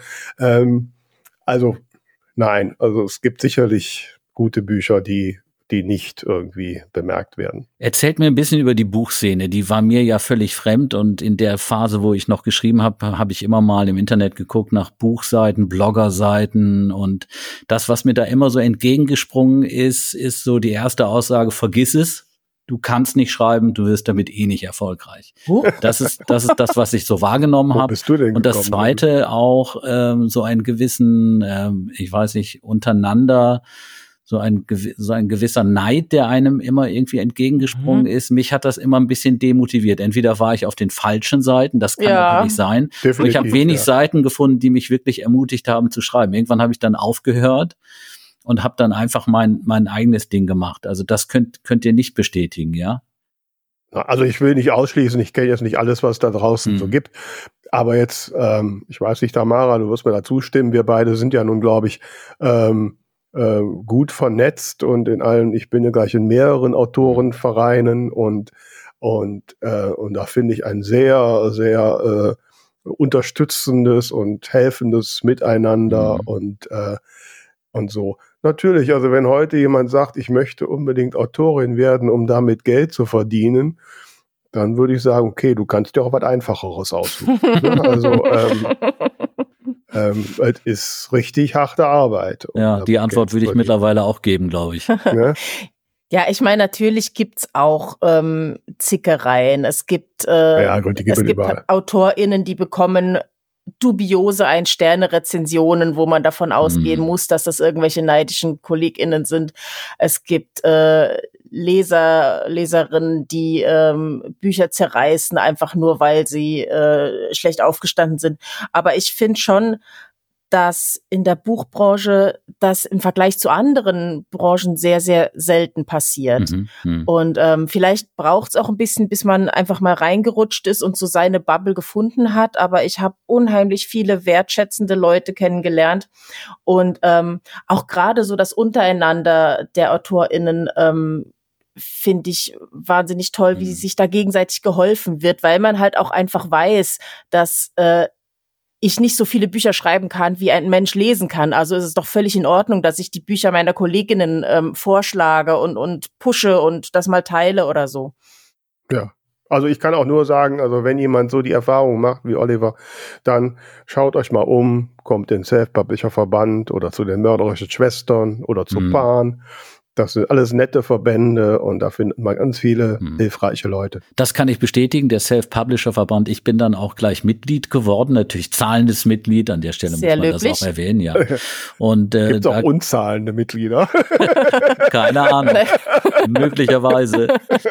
nein, also es gibt sicherlich gute Bücher, die nicht irgendwie bemerkt werden. Erzählt mir ein bisschen über die Buchszene. Die war mir ja völlig fremd und in der Phase, wo ich noch geschrieben habe, habe ich immer mal im Internet geguckt nach Buchseiten, Bloggerseiten und das, was mir da immer so entgegengesprungen ist so die erste Aussage, vergiss es. Du kannst nicht schreiben, du wirst damit eh nicht erfolgreich. Das ist das, was ich so wahrgenommen habe. Und das Zweite auch so einen gewissen, ich weiß nicht, untereinander so ein gewisser Neid, der einem immer irgendwie entgegengesprungen ist. Mich hat das immer ein bisschen demotiviert. Entweder war ich auf den falschen Seiten, das kann natürlich sein. Und ich habe wenig Seiten gefunden, die mich wirklich ermutigt haben zu schreiben. Irgendwann habe ich dann aufgehört und habe dann einfach mein eigenes Ding gemacht. Also das könnt ihr nicht bestätigen, ja? Also ich will nicht ausschließen, ich kenne jetzt nicht alles, was da draußen so gibt. Aber jetzt, ich weiß nicht, Tamara, du wirst mir da zustimmen, wir beide sind ja nun, glaube ich, gut vernetzt und ich bin ja gleich in mehreren Autorenvereinen und da finde ich ein sehr, sehr unterstützendes und helfendes Miteinander und so. Natürlich, also wenn heute jemand sagt, ich möchte unbedingt Autorin werden, um damit Geld zu verdienen, dann würde ich sagen, okay, du kannst dir auch was Einfacheres aussuchen. Ne? Also es ist richtig harte Arbeit. Ja, die Antwort würde ich mittlerweile auch geben, glaube ich. Ne? Ja, ich meine, natürlich gibt's auch Zickereien. Es gibt, es gibt AutorInnen, die bekommen dubiose Ein-Sterne-Rezensionen, wo man davon ausgehen muss, dass das irgendwelche neidischen KollegInnen sind. Es gibt Leserinnen, die Bücher zerreißen, einfach nur, weil sie schlecht aufgestanden sind. Aber ich finde schon, dass in der Buchbranche das im Vergleich zu anderen Branchen sehr, sehr selten passiert. Und vielleicht braucht es auch ein bisschen, bis man einfach mal reingerutscht ist und so seine Bubble gefunden hat. Aber ich habe unheimlich viele wertschätzende Leute kennengelernt. Und auch gerade so das Untereinander der AutorInnen finde ich wahnsinnig toll, wie sich da gegenseitig geholfen wird, weil man halt auch einfach weiß, dass ich nicht so viele Bücher schreiben kann, wie ein Mensch lesen kann. Also ist es doch völlig in Ordnung, dass ich die Bücher meiner Kolleginnen vorschlage und pushe und das mal teile oder so. Ja, also ich kann auch nur sagen, also wenn jemand so die Erfahrung macht wie Oliver, dann schaut euch mal um, kommt in den Self-Publisher-Verband oder zu den Mörderischen Schwestern oder zu Pan. Das sind alles nette Verbände und da findet man ganz viele hilfreiche Leute. Das kann ich bestätigen, der Self-Publisher-Verband. Ich bin dann auch gleich Mitglied geworden, natürlich zahlendes Mitglied, an der Stelle sehr muss man löblich. Das auch erwähnen, ja. Und gibt es auch unzahlende Mitglieder? Keine Ahnung, möglicherweise.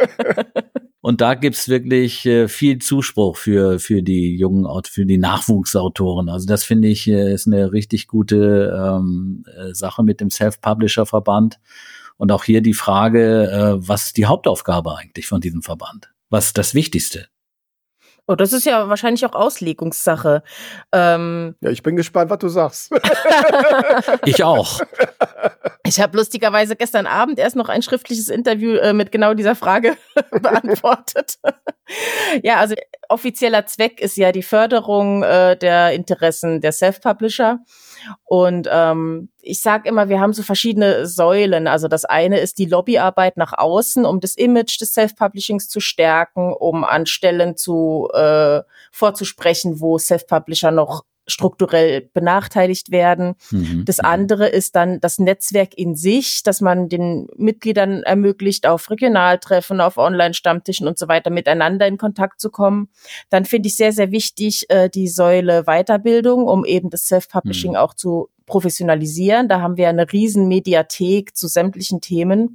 Und da gibt's wirklich viel Zuspruch für die jungen, für die Nachwuchsautoren. Also das finde ich ist eine richtig gute Sache mit dem Self-Publisher-Verband. Und auch hier die Frage, was ist die Hauptaufgabe eigentlich von diesem Verband? Was ist das Wichtigste? Oh, das ist ja wahrscheinlich auch Auslegungssache. Ja, ich bin gespannt, was du sagst. Ich auch. Ich habe lustigerweise gestern Abend erst noch ein schriftliches Interview mit genau dieser Frage beantwortet. Ja, also offizieller Zweck ist ja die Förderung der Interessen der Self-Publisher. Und ich sage immer, wir haben so verschiedene Säulen. Also das eine ist die Lobbyarbeit nach außen, um das Image des Self-Publishings zu stärken, um an Stellen vorzusprechen, wo Self-Publisher noch strukturell benachteiligt werden. Das andere ist dann das Netzwerk in sich, dass man den Mitgliedern ermöglicht, auf Regionaltreffen, auf Online-Stammtischen und so weiter miteinander in Kontakt zu kommen. Dann finde ich sehr, sehr wichtig die Säule Weiterbildung, um eben das Self-Publishing auch zu professionalisieren. Da haben wir eine riesen Mediathek zu sämtlichen Themen.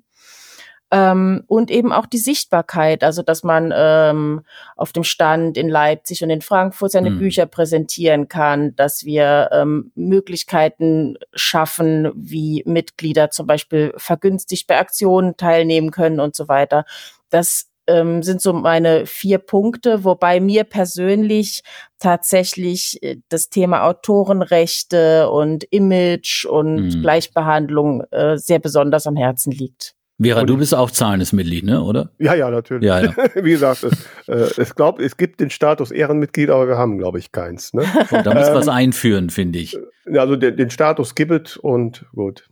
Und eben auch die Sichtbarkeit, also dass man auf dem Stand in Leipzig und in Frankfurt seine Bücher präsentieren kann, dass wir Möglichkeiten schaffen, wie Mitglieder zum Beispiel vergünstigt bei Aktionen teilnehmen können und so weiter. Das sind so meine 4 Punkte, wobei mir persönlich tatsächlich das Thema Autorenrechte und Image und Gleichbehandlung sehr besonders am Herzen liegt. Vera, du bist auch zahlendes Mitglied, ne, oder? Ja, natürlich. Ja. Wie gesagt, es gibt den Status Ehrenmitglied, aber wir haben, glaube ich, keins. Ne? Und da muss was einführen, finde ich. Also den Status gibt es und gut.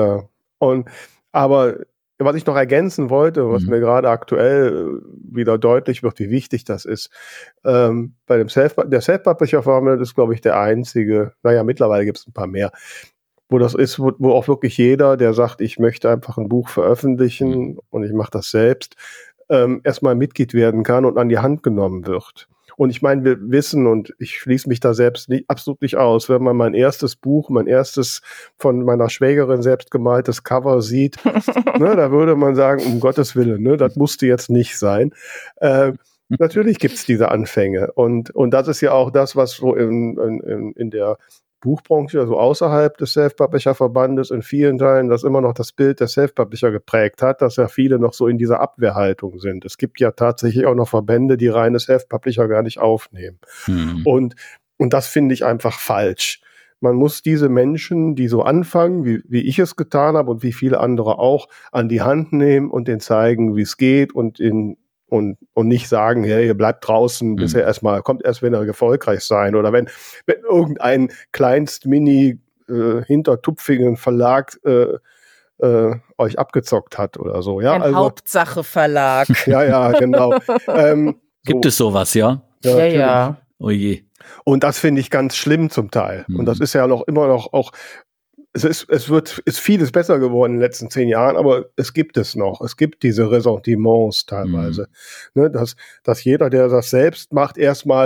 Aber was ich noch ergänzen wollte, was mir gerade aktuell wieder deutlich wird, wie wichtig das ist, bei der Self-Publisher-Formel ist, glaube ich, der einzige, mittlerweile gibt es ein paar mehr, wo das ist, wo auch wirklich jeder, der sagt, ich möchte einfach ein Buch veröffentlichen und ich mache das selbst, erstmal Mitglied werden kann und an die Hand genommen wird. Und ich meine, wir wissen, und ich schließe mich da selbst absolut nicht aus, wenn man mein erstes Buch, mein erstes von meiner Schwägerin selbst gemaltes Cover sieht, ne, da würde man sagen, um Gottes Willen, ne, das musste jetzt nicht sein. Natürlich gibt's diese Anfänge. Und das ist ja auch das, was so in der Buchbranche, also außerhalb des Self-Publisher-Verbandes in vielen Teilen, das immer noch das Bild der Self-Publisher geprägt hat, dass ja viele noch so in dieser Abwehrhaltung sind. Es gibt ja tatsächlich auch noch Verbände, die reine Self-Publisher gar nicht aufnehmen. Und das finde ich einfach falsch. Man muss diese Menschen, die so anfangen, wie ich es getan habe und wie viele andere auch, an die Hand nehmen und denen zeigen, wie es geht und nicht sagen, hey, ihr bleibt draußen, bis kommt erst, wenn ihr erfolgreich sein oder wenn irgendein hintertupfigen Verlag euch abgezockt hat oder so. Ja, ein Hauptsache-Verlag. Ja, genau. Gibt es sowas, ja? Ja. Oh je. Und das finde ich ganz schlimm zum Teil. Und das ist ja immer noch auch, es ist vieles besser geworden in den letzten 10 Jahren, aber es gibt es noch. Es gibt diese Ressentiments teilweise. Ne, dass jeder, der das selbst macht, erstmal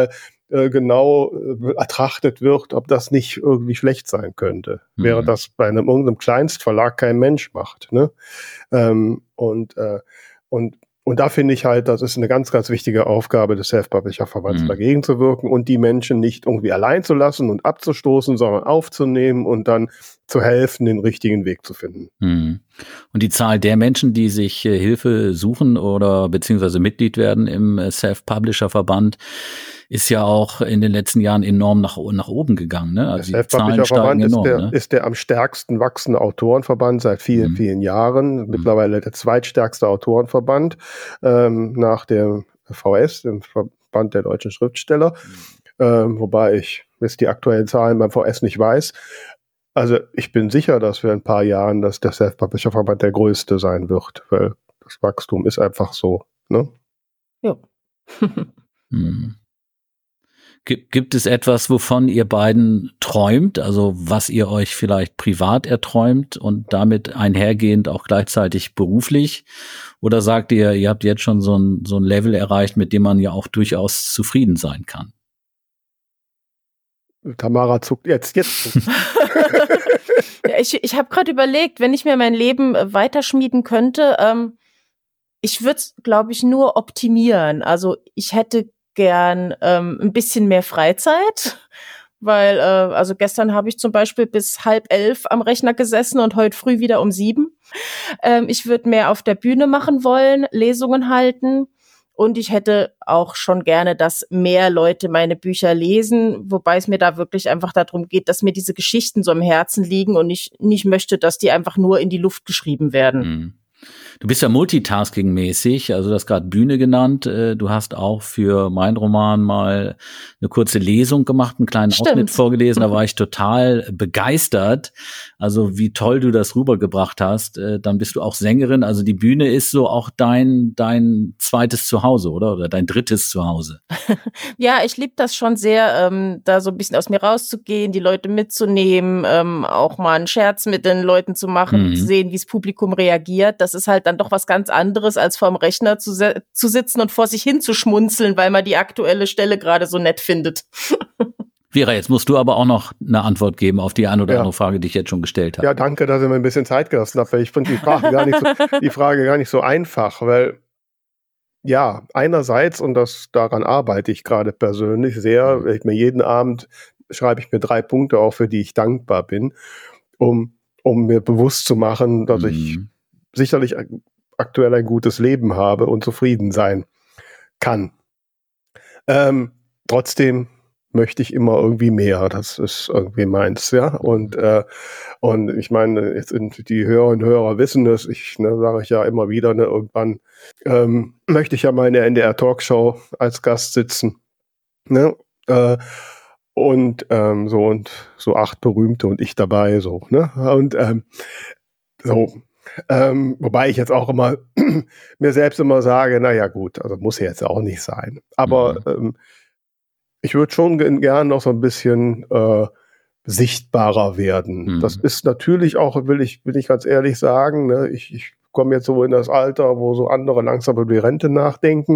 genau ertrachtet wird, ob das nicht irgendwie schlecht sein könnte. Während das bei irgendeinem Kleinstverlag kein Mensch macht. Ne? Und da finde ich halt, das ist eine ganz, ganz wichtige Aufgabe des Self-Publisher-Verbands, dagegen zu wirken und die Menschen nicht irgendwie allein zu lassen und abzustoßen, sondern aufzunehmen und dann zu helfen, den richtigen Weg zu finden. Und die Zahl der Menschen, die sich Hilfe suchen oder beziehungsweise Mitglied werden im Self-Publisher-Verband, ist ja auch in den letzten Jahren enorm nach oben gegangen. Ne? Also der Self-Publisher-Verband ist der am stärksten wachsende Autorenverband seit vielen, vielen Jahren. Mittlerweile der zweitstärkste Autorenverband nach dem VS, dem Verband der deutschen Schriftsteller. Wobei ich jetzt die aktuellen Zahlen beim VS nicht weiß. Also ich bin sicher, dass wir in ein paar Jahren, dass der Self-Publisher-Verband der größte sein wird, weil das Wachstum ist einfach so. Ne? Ja. Gibt es etwas, wovon ihr beiden träumt, also was ihr euch vielleicht privat erträumt und damit einhergehend auch gleichzeitig beruflich? Oder sagt ihr, ihr habt jetzt schon so ein Level erreicht, mit dem man ja auch durchaus zufrieden sein kann? Tamara zuckt jetzt. Ja, ich habe gerade überlegt, wenn ich mir mein Leben weiterschmieden könnte, ich würde es, glaube ich, nur optimieren. Also ich hätte gern ein bisschen mehr Freizeit, weil also gestern habe ich zum Beispiel bis 10:30 am Rechner gesessen und heute früh wieder um 7. Ich würde mehr auf der Bühne machen wollen, Lesungen halten. Und ich hätte auch schon gerne, dass mehr Leute meine Bücher lesen, wobei es mir da wirklich einfach darum geht, dass mir diese Geschichten so im Herzen liegen und ich nicht möchte, dass die einfach nur in die Luft geschrieben werden. Du bist ja multitasking-mäßig, also du hast gerade Bühne genannt. Du hast auch für meinen Roman mal eine kurze Lesung gemacht, einen kleinen Ausschnitt vorgelesen. Da war ich total begeistert. Also wie toll du das rübergebracht hast. Dann bist du auch Sängerin. Also die Bühne ist so auch dein zweites Zuhause, oder? Oder dein drittes Zuhause. Ja, ich liebe das schon sehr, da so ein bisschen aus mir rauszugehen, die Leute mitzunehmen, auch mal einen Scherz mit den Leuten zu machen, zu sehen, wie das Publikum reagiert. Das ist halt dann doch was ganz anderes, als vor dem Rechner zu sitzen und vor sich hin zu schmunzeln, weil man die aktuelle Stelle gerade so nett findet. Vera, jetzt musst du aber auch noch eine Antwort geben auf die eine oder andere Frage, die ich jetzt schon gestellt habe. Ja, danke, dass ihr mir ein bisschen Zeit gelassen habt, weil ich finde die Frage gar nicht so einfach, weil ja, einerseits, und daran arbeite ich gerade persönlich sehr, jeden Abend schreibe ich mir 3 Punkte auf, für die ich dankbar bin, um mir bewusst zu machen, dass ich sicherlich aktuell ein gutes Leben habe und zufrieden sein kann. Trotzdem möchte ich immer irgendwie mehr. Das ist irgendwie meins, ja. Und ich meine, jetzt die Hörerinnen und Hörer wissen es, sage ich ja immer wieder, irgendwann möchte ich ja mal in der NDR Talkshow als Gast sitzen. Ne? Und so 8 Berühmte und ich dabei, so, ne? Und wobei ich jetzt auch immer mir selbst immer sage, naja gut, also muss ja jetzt auch nicht sein. Aber ich würde schon gern noch so ein bisschen sichtbarer werden. Das ist natürlich auch, will ich ganz ehrlich sagen, ne, ich komme jetzt so in das Alter, wo so andere langsam über die Rente nachdenken.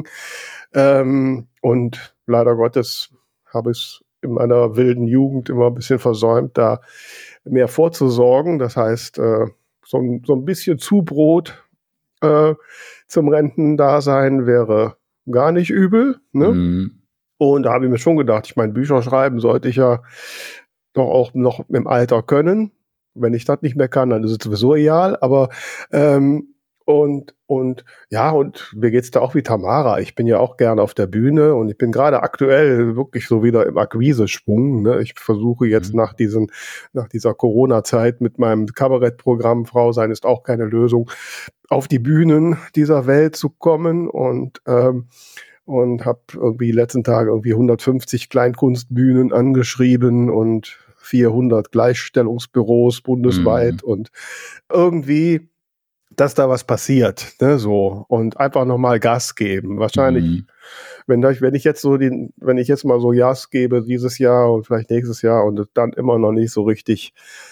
Und leider Gottes habe ich es in meiner wilden Jugend immer ein bisschen versäumt, da mehr vorzusorgen. Das heißt, so ein bisschen Zubrot zum Rentendasein wäre gar nicht übel. Ne? Und da habe ich mir schon gedacht, ich meine, Bücher schreiben sollte ich ja doch auch noch im Alter können. Wenn ich das nicht mehr kann, dann ist es sowieso egal. Aber und mir geht's da auch wie Tamara. Ich bin ja auch gerne auf der Bühne und ich bin gerade aktuell wirklich so wieder im Akquiseschwung. Ne? Ich versuche jetzt nach dieser Corona-Zeit mit meinem Kabarettprogramm Frau sein ist auch keine Lösung, auf die Bühnen dieser Welt zu kommen und habe irgendwie die letzten Tage 150 Kleinkunstbühnen angeschrieben und 400 Gleichstellungsbüros bundesweit und irgendwie, dass da was passiert, ne, so, und einfach nochmal Gas geben. Wahrscheinlich, wenn ich jetzt mal so Gas gebe dieses Jahr und vielleicht nächstes Jahr und dann immer noch nicht so richtig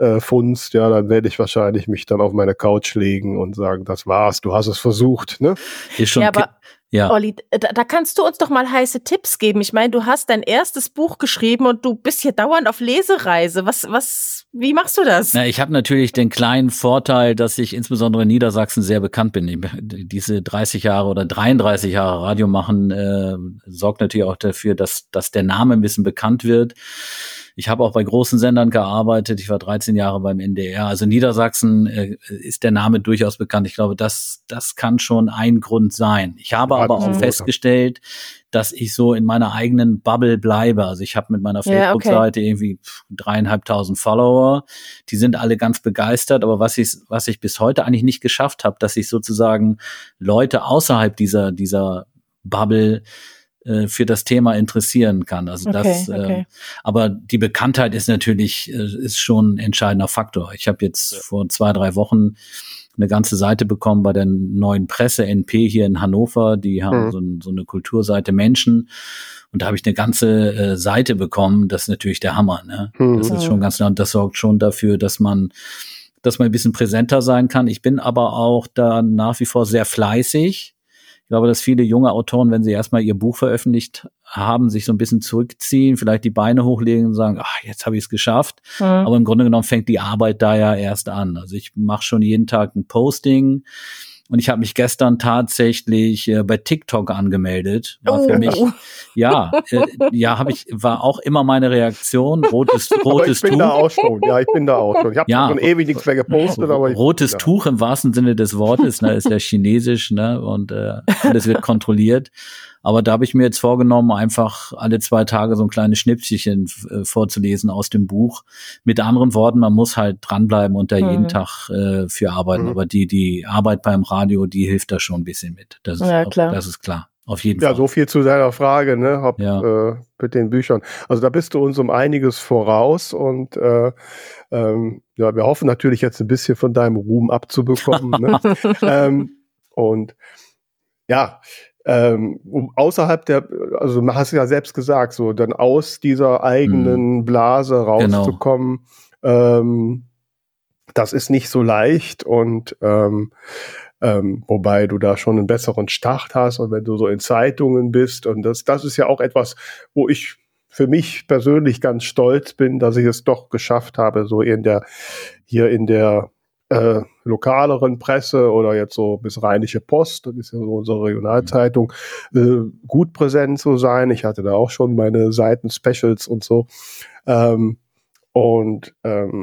funzt, ja, dann werde ich wahrscheinlich mich dann auf meine Couch legen und sagen, das war's, du hast es versucht, ne? Ist schon ja. Olli, da kannst du uns doch mal heiße Tipps geben. Ich meine, du hast dein erstes Buch geschrieben und du bist hier dauernd auf Lesereise. Wie machst du das? Na, ich habe natürlich den kleinen Vorteil, dass ich insbesondere in Niedersachsen sehr bekannt bin. Diese 30 Jahre oder 33 Jahre Radio machen sorgt natürlich auch dafür, dass der Name ein bisschen bekannt wird. Ich habe auch bei großen Sendern gearbeitet. Ich war 13 Jahre beim NDR. Also Niedersachsen ist der Name durchaus bekannt. Ich glaube, das kann schon ein Grund sein. Ich habe aber auch festgestellt, dass ich so in meiner eigenen Bubble bleibe. Also ich habe mit meiner Facebook-Seite irgendwie 3.500 Follower. Die sind alle ganz begeistert. Aber was ich bis heute eigentlich nicht geschafft habe, dass ich sozusagen Leute außerhalb dieser Bubble für das Thema interessieren kann. Also aber die Bekanntheit ist natürlich ist schon ein entscheidender Faktor. Ich habe jetzt vor 2-3 Wochen eine ganze Seite bekommen bei der Neuen Presse NP hier in Hannover. Die haben so eine Kulturseite Menschen. Und da habe ich eine ganze Seite bekommen. Das ist natürlich der Hammer, ne? Das ist schon ganz, und das sorgt schon dafür, dass man ein bisschen präsenter sein kann. Ich bin aber auch da nach wie vor sehr fleißig. Ich glaube, dass viele junge Autoren, wenn sie erstmal ihr Buch veröffentlicht haben, sich so ein bisschen zurückziehen, vielleicht die Beine hochlegen und sagen, jetzt habe ich es geschafft. Aber im Grunde genommen fängt die Arbeit da ja erst an. Also ich mache schon jeden Tag ein Posting. Und ich habe mich gestern tatsächlich bei TikTok angemeldet. War für mich, war auch immer meine Reaktion. Rotes Tuch. Ich bin da auch schon. Ich habe schon ewig nichts mehr gepostet. Aber rotes Tuch im wahrsten Sinne des Wortes, ne, ist ja chinesisch, ne, und alles wird kontrolliert. Aber da habe ich mir jetzt vorgenommen, einfach alle 2 Tage so ein kleines Schnipschen vorzulesen aus dem Buch. Mit anderen Worten, man muss halt dranbleiben und da jeden Tag für arbeiten. Aber die Arbeit beim Radio, die hilft da schon ein bisschen mit. Das ist klar. Auf jeden Fall. Ja, so viel zu deiner Frage, ne, mit den Büchern. Also da bist du uns um einiges voraus und wir hoffen natürlich jetzt ein bisschen von deinem Ruhm abzubekommen. Ne? Und ja, außerhalb also man hast ja selbst gesagt, so dann aus dieser eigenen Blase rauszukommen, das ist nicht so leicht und wobei du da schon einen besseren Start hast und wenn du so in Zeitungen bist und das ist ja auch etwas, wo ich für mich persönlich ganz stolz bin, dass ich es doch geschafft habe, so in der lokaleren Presse oder jetzt so bis Rheinische Post, das ist ja so unsere Regionalzeitung, gut präsent zu sein. Ich hatte da auch schon meine Seiten-Specials und so. Und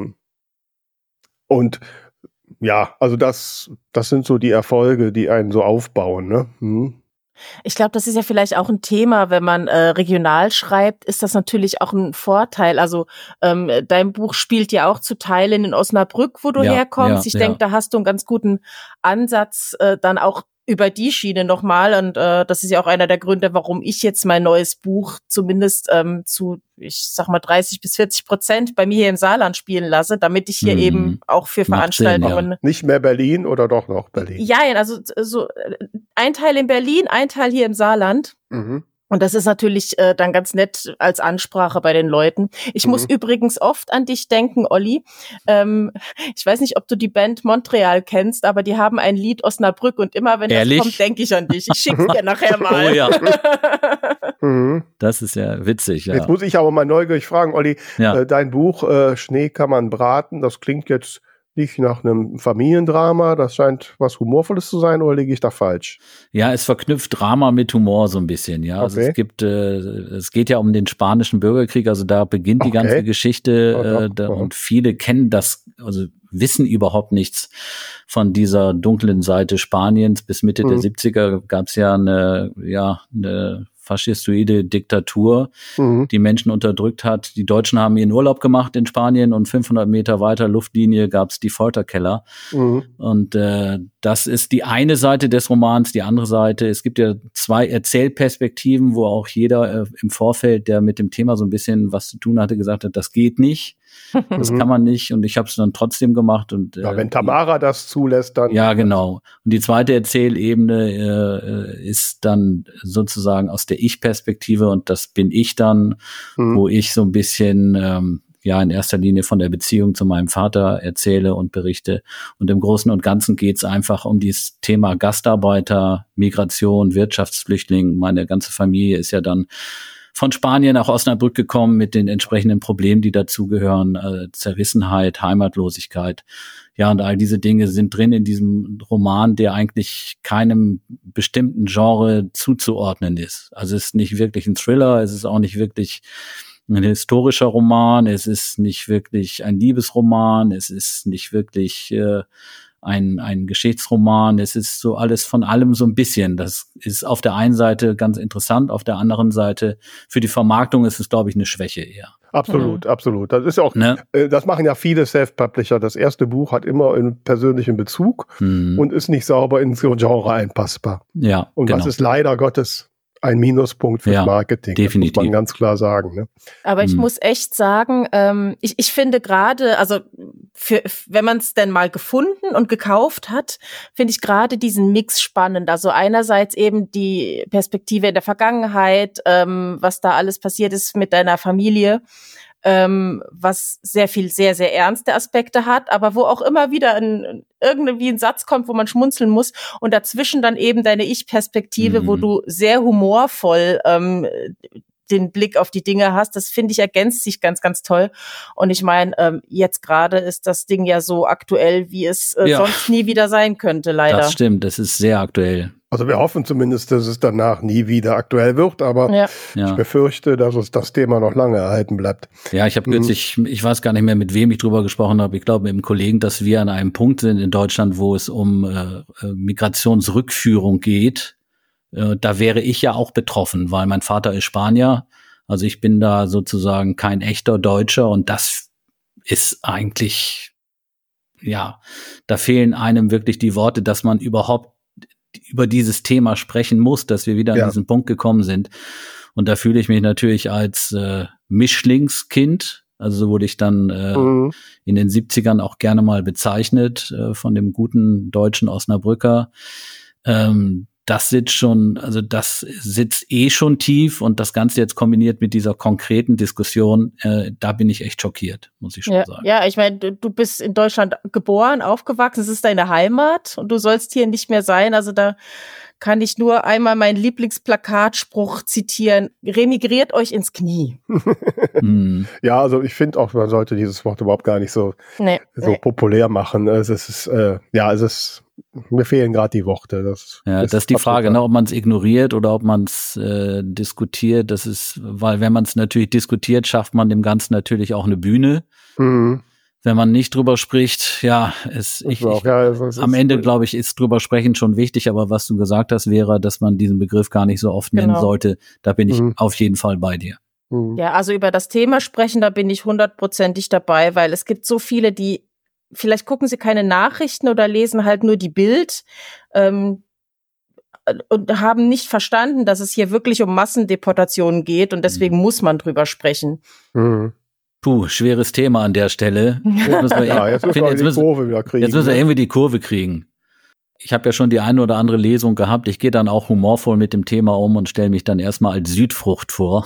ja, also das sind so die Erfolge, die einen so aufbauen, ne? Ich glaube, das ist ja vielleicht auch ein Thema, wenn man regional schreibt, ist das natürlich auch ein Vorteil. Also dein Buch spielt ja auch zu Teilen in Osnabrück, wo du herkommst. Ich denke, da hast du einen ganz guten Ansatz, dann auch über die Schiene nochmal. Und das ist ja auch einer der Gründe, warum ich jetzt mein neues Buch zumindest zu, ich sag mal, 30-40% bei mir hier im Saarland spielen lasse, damit ich hier eben auch für Veranstaltungen... Nicht mehr Berlin oder doch noch Berlin? Ja, also so ein Teil in Berlin, ein Teil hier im Saarland. Und das ist natürlich dann ganz nett als Ansprache bei den Leuten. Ich muss übrigens oft an dich denken, Olli. Ich weiß nicht, ob du die Band Montreal kennst, aber die haben ein Lied Osnabrück und immer, wenn das kommt, denke ich an dich. Ich schick's dir nachher mal. Oh ja. Das ist ja witzig, ja. Jetzt muss ich aber mal neugierig fragen, Olli, dein Buch Schnee kann man braten, das klingt jetzt nicht nach einem Familiendrama, das scheint was Humorvolles zu sein, oder liege ich da falsch? Ja, es verknüpft Drama mit Humor so ein bisschen, ja. Also es geht ja um den spanischen Bürgerkrieg, also da beginnt die ganze Geschichte und viele kennen das, also wissen überhaupt nichts von dieser dunklen Seite Spaniens. Bis Mitte der 70er gab es ja eine faschistoide Diktatur, die Menschen unterdrückt hat. Die Deutschen haben ihren Urlaub gemacht in Spanien und 500 Meter weiter Luftlinie gab es die Folterkeller. Und das ist die eine Seite des Romans. Die andere Seite, es gibt ja 2 Erzählperspektiven, wo auch jeder im Vorfeld, der mit dem Thema so ein bisschen was zu tun hatte, gesagt hat, das geht nicht. Das kann man nicht und ich habe es dann trotzdem gemacht. Und wenn Tamara das zulässt, dann... Ja, genau. Und die zweite Erzählebene ist dann sozusagen aus der Ich-Perspektive und das bin ich dann, wo ich so ein bisschen ja in erster Linie von der Beziehung zu meinem Vater erzähle und berichte. Und im Großen und Ganzen geht es einfach um dieses Thema Gastarbeiter, Migration, Wirtschaftsflüchtling. Meine ganze Familie ist ja dann von Spanien nach Osnabrück gekommen mit den entsprechenden Problemen, die dazugehören, Zerrissenheit, Heimatlosigkeit. Ja, und all diese Dinge sind drin in diesem Roman, der eigentlich keinem bestimmten Genre zuzuordnen ist. Also es ist nicht wirklich ein Thriller, es ist auch nicht wirklich ein historischer Roman, es ist nicht wirklich ein Liebesroman, es ist nicht wirklich ein Geschichtsroman, es ist so alles von allem so ein bisschen. Das ist auf der einen Seite ganz interessant, auf der anderen Seite für die Vermarktung ist es, glaube ich, eine Schwäche eher. Absolut, absolut. Das ist ja auch, das machen ja viele Self-Publisher. Das erste Buch hat immer einen persönlichen Bezug und ist nicht sauber ins Genre einpassbar. Ja, und das ist leider Gottes ein Minuspunkt fürs Marketing. Definitiv. Das muss man ganz klar sagen. Ne? Aber ich muss echt sagen, ich finde gerade, also wenn man es denn mal gefunden und gekauft hat, finde ich gerade diesen Mix spannend. Also einerseits eben die Perspektive in der Vergangenheit, was da alles passiert ist mit deiner Familie, was sehr viel, sehr, sehr ernste Aspekte hat, aber wo auch immer wieder irgendwie ein Satz kommt, wo man schmunzeln muss und dazwischen dann eben deine Ich-Perspektive, wo du sehr humorvoll den Blick auf die Dinge hast. Das finde ich ergänzt sich ganz, ganz toll. Und ich meine, jetzt gerade ist das Ding ja so aktuell, wie es sonst nie wieder sein könnte, leider. Das stimmt, das ist sehr aktuell. Also wir hoffen zumindest, dass es danach nie wieder aktuell wird, aber ich befürchte, dass uns das Thema noch lange erhalten bleibt. Ja, ich habe kürzlich, ich weiß gar nicht mehr, mit wem ich drüber gesprochen habe, ich glaube mit einem Kollegen, dass wir an einem Punkt sind in Deutschland, wo es um Migrationsrückführung geht. Da wäre ich ja auch betroffen, weil mein Vater ist Spanier, also ich bin da sozusagen kein echter Deutscher und das ist eigentlich, ja, da fehlen einem wirklich die Worte, dass man überhaupt über dieses Thema sprechen muss, dass wir wieder an diesen Punkt gekommen sind. Und da fühle ich mich natürlich als Mischlingskind, also so wurde ich dann in den 70ern auch gerne mal bezeichnet von dem guten deutschen Osnabrücker. Das sitzt schon tief und das Ganze jetzt kombiniert mit dieser konkreten Diskussion, da bin ich echt schockiert, muss ich schon sagen. Ja, ich meine, du bist in Deutschland geboren, aufgewachsen, es ist deine Heimat und du sollst hier nicht mehr sein, also da kann ich nur einmal meinen Lieblingsplakatspruch zitieren: Remigriert euch ins Knie. Ja, also ich finde auch, man sollte dieses Wort überhaupt gar nicht so populär machen. Mir fehlen gerade die Worte. Das ist die Frage, ne, ob man es ignoriert oder ob man es diskutiert. Das ist, weil wenn man es natürlich diskutiert, schafft man dem Ganzen natürlich auch eine Bühne. Wenn man nicht drüber spricht, am Ende, glaube ich, ist drüber sprechen schon wichtig, aber was du gesagt hast, wäre, dass man diesen Begriff gar nicht so oft nennen sollte. Da bin ich auf jeden Fall bei dir. Ja, also über das Thema sprechen, da bin ich 100%ig dabei, weil es gibt so viele, die vielleicht gucken sie keine Nachrichten oder lesen halt nur die Bild und haben nicht verstanden, dass es hier wirklich um Massendeportationen geht und deswegen muss man drüber sprechen. Puh, schweres Thema an der Stelle. Jetzt müssen wir irgendwie die Kurve kriegen. Ich habe ja schon die eine oder andere Lesung gehabt. Ich gehe dann auch humorvoll mit dem Thema um und stelle mich dann erstmal als Südfrucht vor.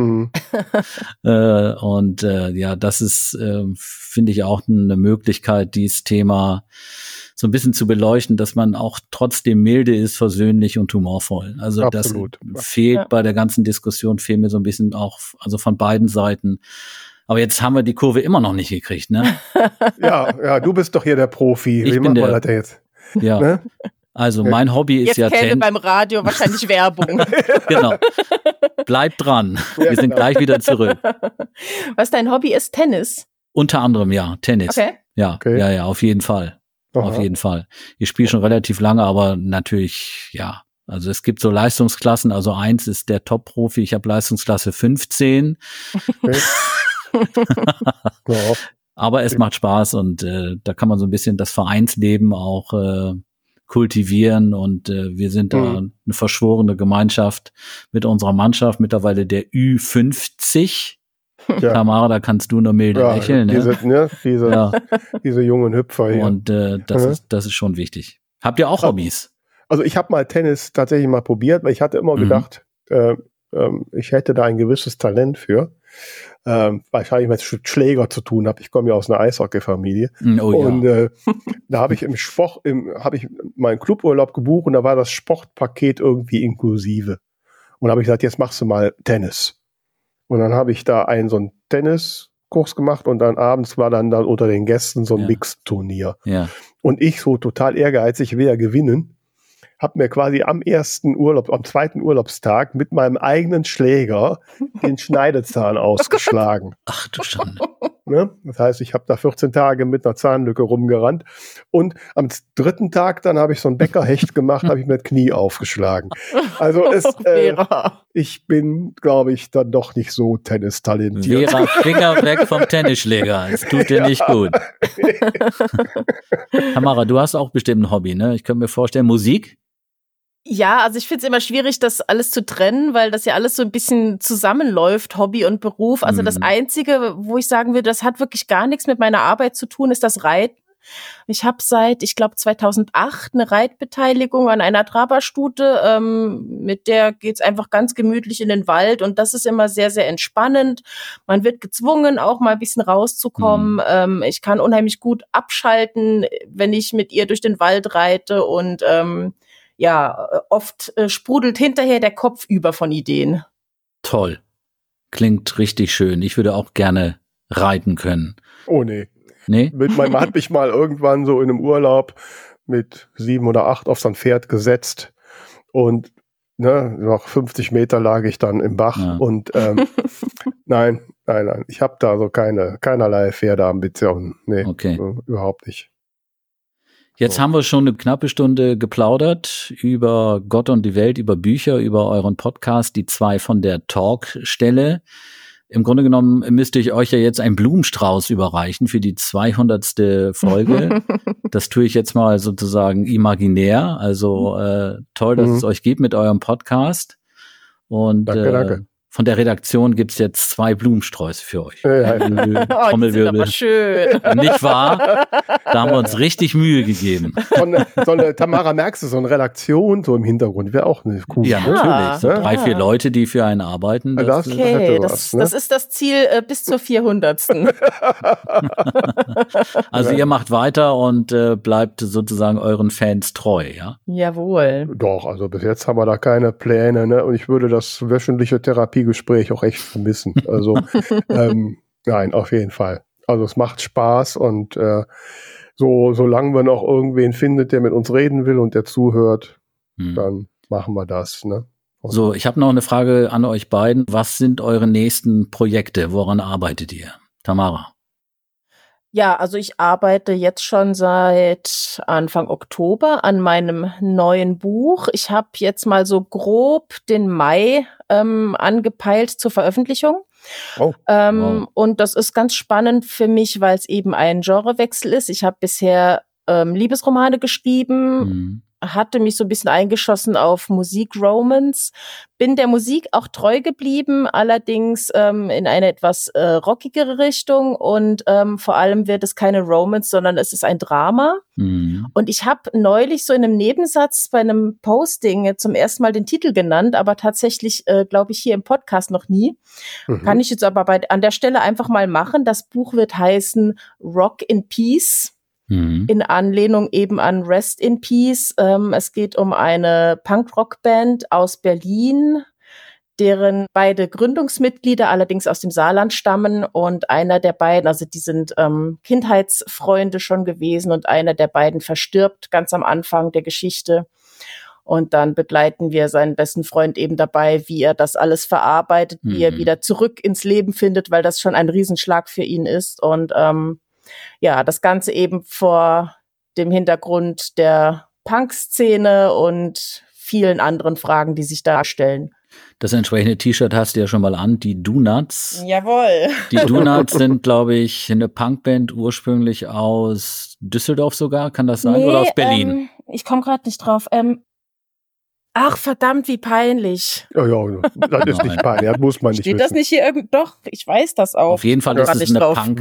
Das ist, finde ich, auch eine Möglichkeit, dieses Thema so ein bisschen zu beleuchten, dass man auch trotzdem milde ist, versöhnlich und humorvoll. Also absolut. Das fehlt bei der ganzen Diskussion, fehlt mir so ein bisschen auch, also von beiden Seiten. Aber jetzt haben wir die Kurve immer noch nicht gekriegt, ne? Ja, du bist doch hier der Profi. Wie machen wir das jetzt? Ja. Ne? Also mein Hobby ist jetzt käme beim Radio wahrscheinlich Werbung. Genau. Bleibt dran. Wir sind gleich wieder zurück. Was dein Hobby ist? Tennis? Unter anderem, ja, Tennis. Okay. Ja, auf jeden Fall. Aha. Auf jeden Fall. Ich spiele schon relativ lange, aber natürlich, ja. Also es gibt so Leistungsklassen. Also 1 ist der Top-Profi. Ich habe Leistungsklasse 15. Okay. Aber es macht Spaß und da kann man so ein bisschen das Vereinsleben auch kultivieren und wir sind da eine verschworene Gemeinschaft mit unserer Mannschaft, mittlerweile der Ü50. Ja. Tamara, da kannst du nur milde lächeln. Diese jungen Hüpfer hier. Und das ist schon wichtig. Habt ihr auch Hobbys? Also ich habe mal Tennis tatsächlich mal probiert, weil ich hatte immer gedacht, ich hätte da ein gewisses Talent für. wahrscheinlich mit Schläger zu tun habe. Ich komme ja aus einer Eishockey-Familie. Oh, ja. Und da habe ich meinen Cluburlaub gebucht und da war das Sportpaket irgendwie inklusive. Und da habe ich gesagt, jetzt machst du mal Tennis. Und dann habe ich da so einen Tenniskurs gemacht und dann abends war dann unter den Gästen so ein Mixturnier. Ja. Und ich so total ehrgeizig, will ja gewinnen, habe mir quasi am zweiten Urlaubstag mit meinem eigenen Schläger den Schneidezahn ausgeschlagen. Ach du Schande. Ne? Das heißt, ich habe da 14 Tage mit einer Zahnlücke rumgerannt und am dritten Tag dann habe ich so ein Bäckerhecht gemacht, habe ich mir das Knie aufgeschlagen. Also ich bin, glaube ich, dann doch nicht so tennistalentiert. Vera, Finger weg vom Tennisschläger. Es tut dir nicht gut. Tamara, du hast auch bestimmt ein Hobby, ne? Ich könnte mir vorstellen, Musik? Ja, also ich finde es immer schwierig, das alles zu trennen, weil das ja alles so ein bisschen zusammenläuft, Hobby und Beruf. Also das Einzige, wo ich sagen würde, das hat wirklich gar nichts mit meiner Arbeit zu tun, ist das Reiten. Ich habe seit, ich glaube 2008 eine Reitbeteiligung an einer Traberstute, mit der geht's einfach ganz gemütlich in den Wald und das ist immer sehr, sehr entspannend. Man wird gezwungen, auch mal ein bisschen rauszukommen. Ich kann unheimlich gut abschalten, wenn ich mit ihr durch den Wald reite und oft sprudelt hinterher der Kopf über von Ideen. Toll. Klingt richtig schön. Ich würde auch gerne reiten können. Oh nee. Nee? Man hat mich mal irgendwann so in einem Urlaub mit 7 oder 8 auf so ein Pferd gesetzt und nach 50 Meter lag ich dann im Bach und nein. Ich habe da so keinerlei Pferdeambitionen. Nee, okay. Überhaupt nicht. Jetzt haben wir schon eine knappe Stunde geplaudert über Gott und die Welt, über Bücher, über euren Podcast, die 2 von der Talkstelle. Im Grunde genommen müsste ich euch ja jetzt einen Blumenstrauß überreichen für die 200. Folge. Das tue ich jetzt mal sozusagen imaginär. Also toll, dass es euch gibt mit eurem Podcast. Und danke. Von der Redaktion gibt's jetzt 2 Blumensträuße für euch. Trommelwirbel. Die sind aber schön. Nicht wahr? Da haben wir uns richtig Mühe gegeben. So eine Tamara, merkst du, so eine Redaktion so im Hintergrund wäre auch eine coole. Ja, natürlich. So 3, 4 Leute, die für einen arbeiten. Das ist das Ziel bis zur 400. Also ihr macht weiter und bleibt sozusagen euren Fans treu, ja? Jawohl. Doch, also bis jetzt haben wir da keine Pläne, ne? Und ich würde das wöchentliche Therapiegespräch auch echt vermissen. Also nein, auf jeden Fall. Also es macht Spaß und solange man noch irgendwen findet, der mit uns reden will und der zuhört, dann machen wir das. Ne? So, ich habe noch eine Frage an euch beiden. Was sind eure nächsten Projekte? Woran arbeitet ihr? Tamara? Ja, also ich arbeite jetzt schon seit Anfang Oktober an meinem neuen Buch. Ich habe jetzt mal so grob den Mai angepeilt zur Veröffentlichung. Wow. Und das ist ganz spannend für mich, weil es eben ein Genrewechsel ist. Ich habe bisher Liebesromane geschrieben, hatte mich so ein bisschen eingeschossen auf Musik-Romance, bin der Musik auch treu geblieben, allerdings in eine etwas rockigere Richtung und vor allem wird es keine Romance, sondern es ist ein Drama. Und ich habe neulich so in einem Nebensatz bei einem Posting zum ersten Mal den Titel genannt, aber tatsächlich glaube ich hier im Podcast noch nie. Kann ich jetzt aber an der Stelle einfach mal machen. Das Buch wird heißen Rock in Peace. In Anlehnung eben an Rest in Peace. Es geht um eine Punk-Rock-Band aus Berlin, deren beide Gründungsmitglieder allerdings aus dem Saarland stammen und einer der beiden, also die sind Kindheitsfreunde schon gewesen und einer der beiden verstirbt ganz am Anfang der Geschichte. Und dann begleiten wir seinen besten Freund eben dabei, wie er das alles verarbeitet, wie er wieder zurück ins Leben findet, weil das schon ein Riesenschlag für ihn ist und das Ganze eben vor dem Hintergrund der Punk-Szene und vielen anderen Fragen, die sich darstellen. Das entsprechende T-Shirt hast du ja schon mal an, die Donuts. Jawohl. Die Donuts sind, glaube ich, eine Punkband ursprünglich aus Düsseldorf sogar, kann das sein? Nee, oder aus Berlin? Ich komme gerade nicht drauf. Ach, verdammt, wie peinlich. Ja, das ist nicht peinlich, das muss man nicht Steht wissen. Das nicht hier doch, ich weiß das auch. Auf jeden Fall ist es eine Punkband.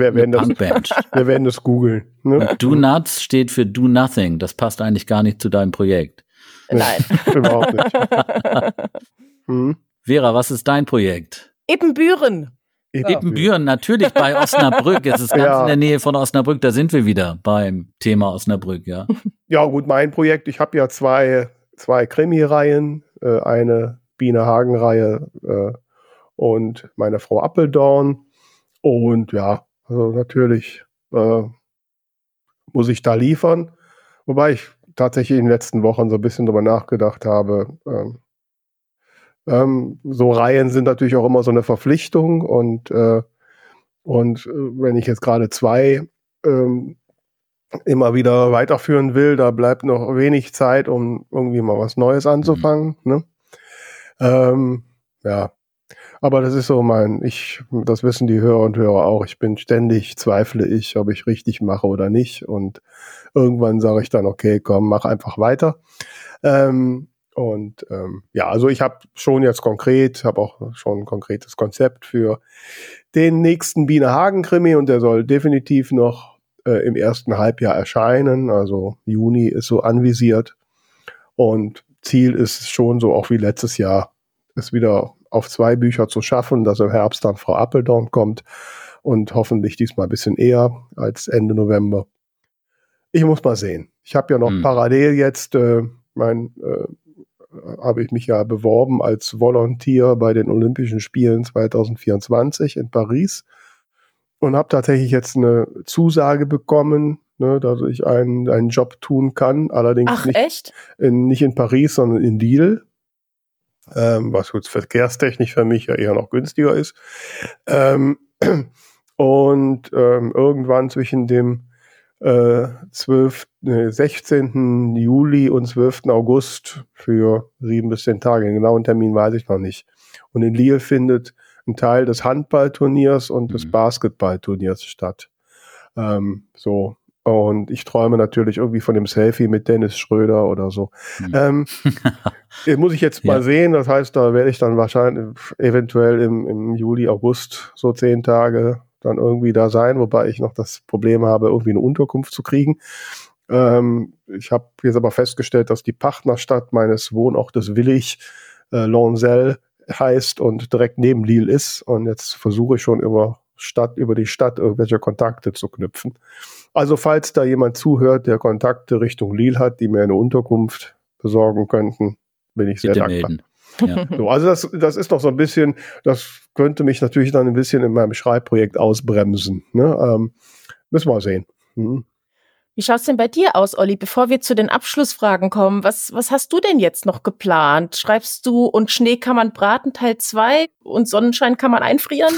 Wir werden das googeln. Ne? Do Nuts steht für Do Nothing, das passt eigentlich gar nicht zu deinem Projekt. Nein. Überhaupt nicht. Vera, was ist dein Projekt? Ibbenbüren. Epenbüren, natürlich bei Osnabrück. Es ist ganz in der Nähe von Osnabrück. Da sind wir wieder beim Thema Osnabrück, ja. Ja, gut, mein Projekt. Ich habe ja zwei Krimi-Reihen, eine Biene Hagen-Reihe und meine Frau Appeldorn. Und ja, also natürlich muss ich da liefern. Wobei ich tatsächlich in den letzten Wochen so ein bisschen drüber nachgedacht habe. So Reihen sind natürlich auch immer so eine Verpflichtung und wenn ich jetzt gerade zwei immer wieder weiterführen will, da bleibt noch wenig Zeit, um irgendwie mal was Neues anzufangen. Ne? Ja, aber das ist so das wissen die Hörer und Hörer auch, zweifle ich, ob ich richtig mache oder nicht, und irgendwann sage ich dann, okay, komm, mach einfach weiter. Also ich habe auch schon ein konkretes Konzept für den nächsten Biene Hagen-Krimi, und der soll definitiv noch im ersten Halbjahr erscheinen, also Juni ist so anvisiert, und Ziel ist schon so auch wie letztes Jahr, es wieder auf 2 Bücher zu schaffen, dass im Herbst dann Frau Appeldorn kommt und hoffentlich diesmal ein bisschen eher als Ende November. Ich muss mal sehen. Ich habe ja noch parallel jetzt habe ich mich ja beworben als Volontier bei den Olympischen Spielen 2024 in Paris und habe tatsächlich jetzt eine Zusage bekommen, ne, dass ich einen Job tun kann, allerdings nicht in Paris, sondern in Lille, was jetzt verkehrstechnisch für mich ja eher noch günstiger ist. Irgendwann zwischen dem 16. Juli und 12. August für 7 bis 10 Tage. Den genauen Termin weiß ich noch nicht. Und in Lille findet ein Teil des Handballturniers und des Basketballturniers statt. Und ich träume natürlich irgendwie von dem Selfie mit Dennis Schröder oder so. Muss ich jetzt mal sehen. Das heißt, da werde ich dann wahrscheinlich eventuell im Juli, August so 10 Tage dann irgendwie da sein, wobei ich noch das Problem habe, irgendwie eine Unterkunft zu kriegen. Ich habe jetzt aber festgestellt, dass die Partnerstadt meines Wohnortes Willig Lonzell heißt und direkt neben Lille ist, und jetzt versuche ich schon über die Stadt irgendwelche Kontakte zu knüpfen. Also falls da jemand zuhört, der Kontakte Richtung Lille hat, die mir eine Unterkunft besorgen könnten, bin ich sehr dankbar. Ja. So, also das ist noch so ein bisschen, das könnte mich natürlich dann ein bisschen in meinem Schreibprojekt ausbremsen. Ne? Müssen wir mal sehen. Wie schaut's denn bei dir aus, Olli? Bevor wir zu den Abschlussfragen kommen, was hast du denn jetzt noch geplant? Schreibst du "Und Schnee kann man braten" Teil 2 und "Sonnenschein kann man einfrieren"?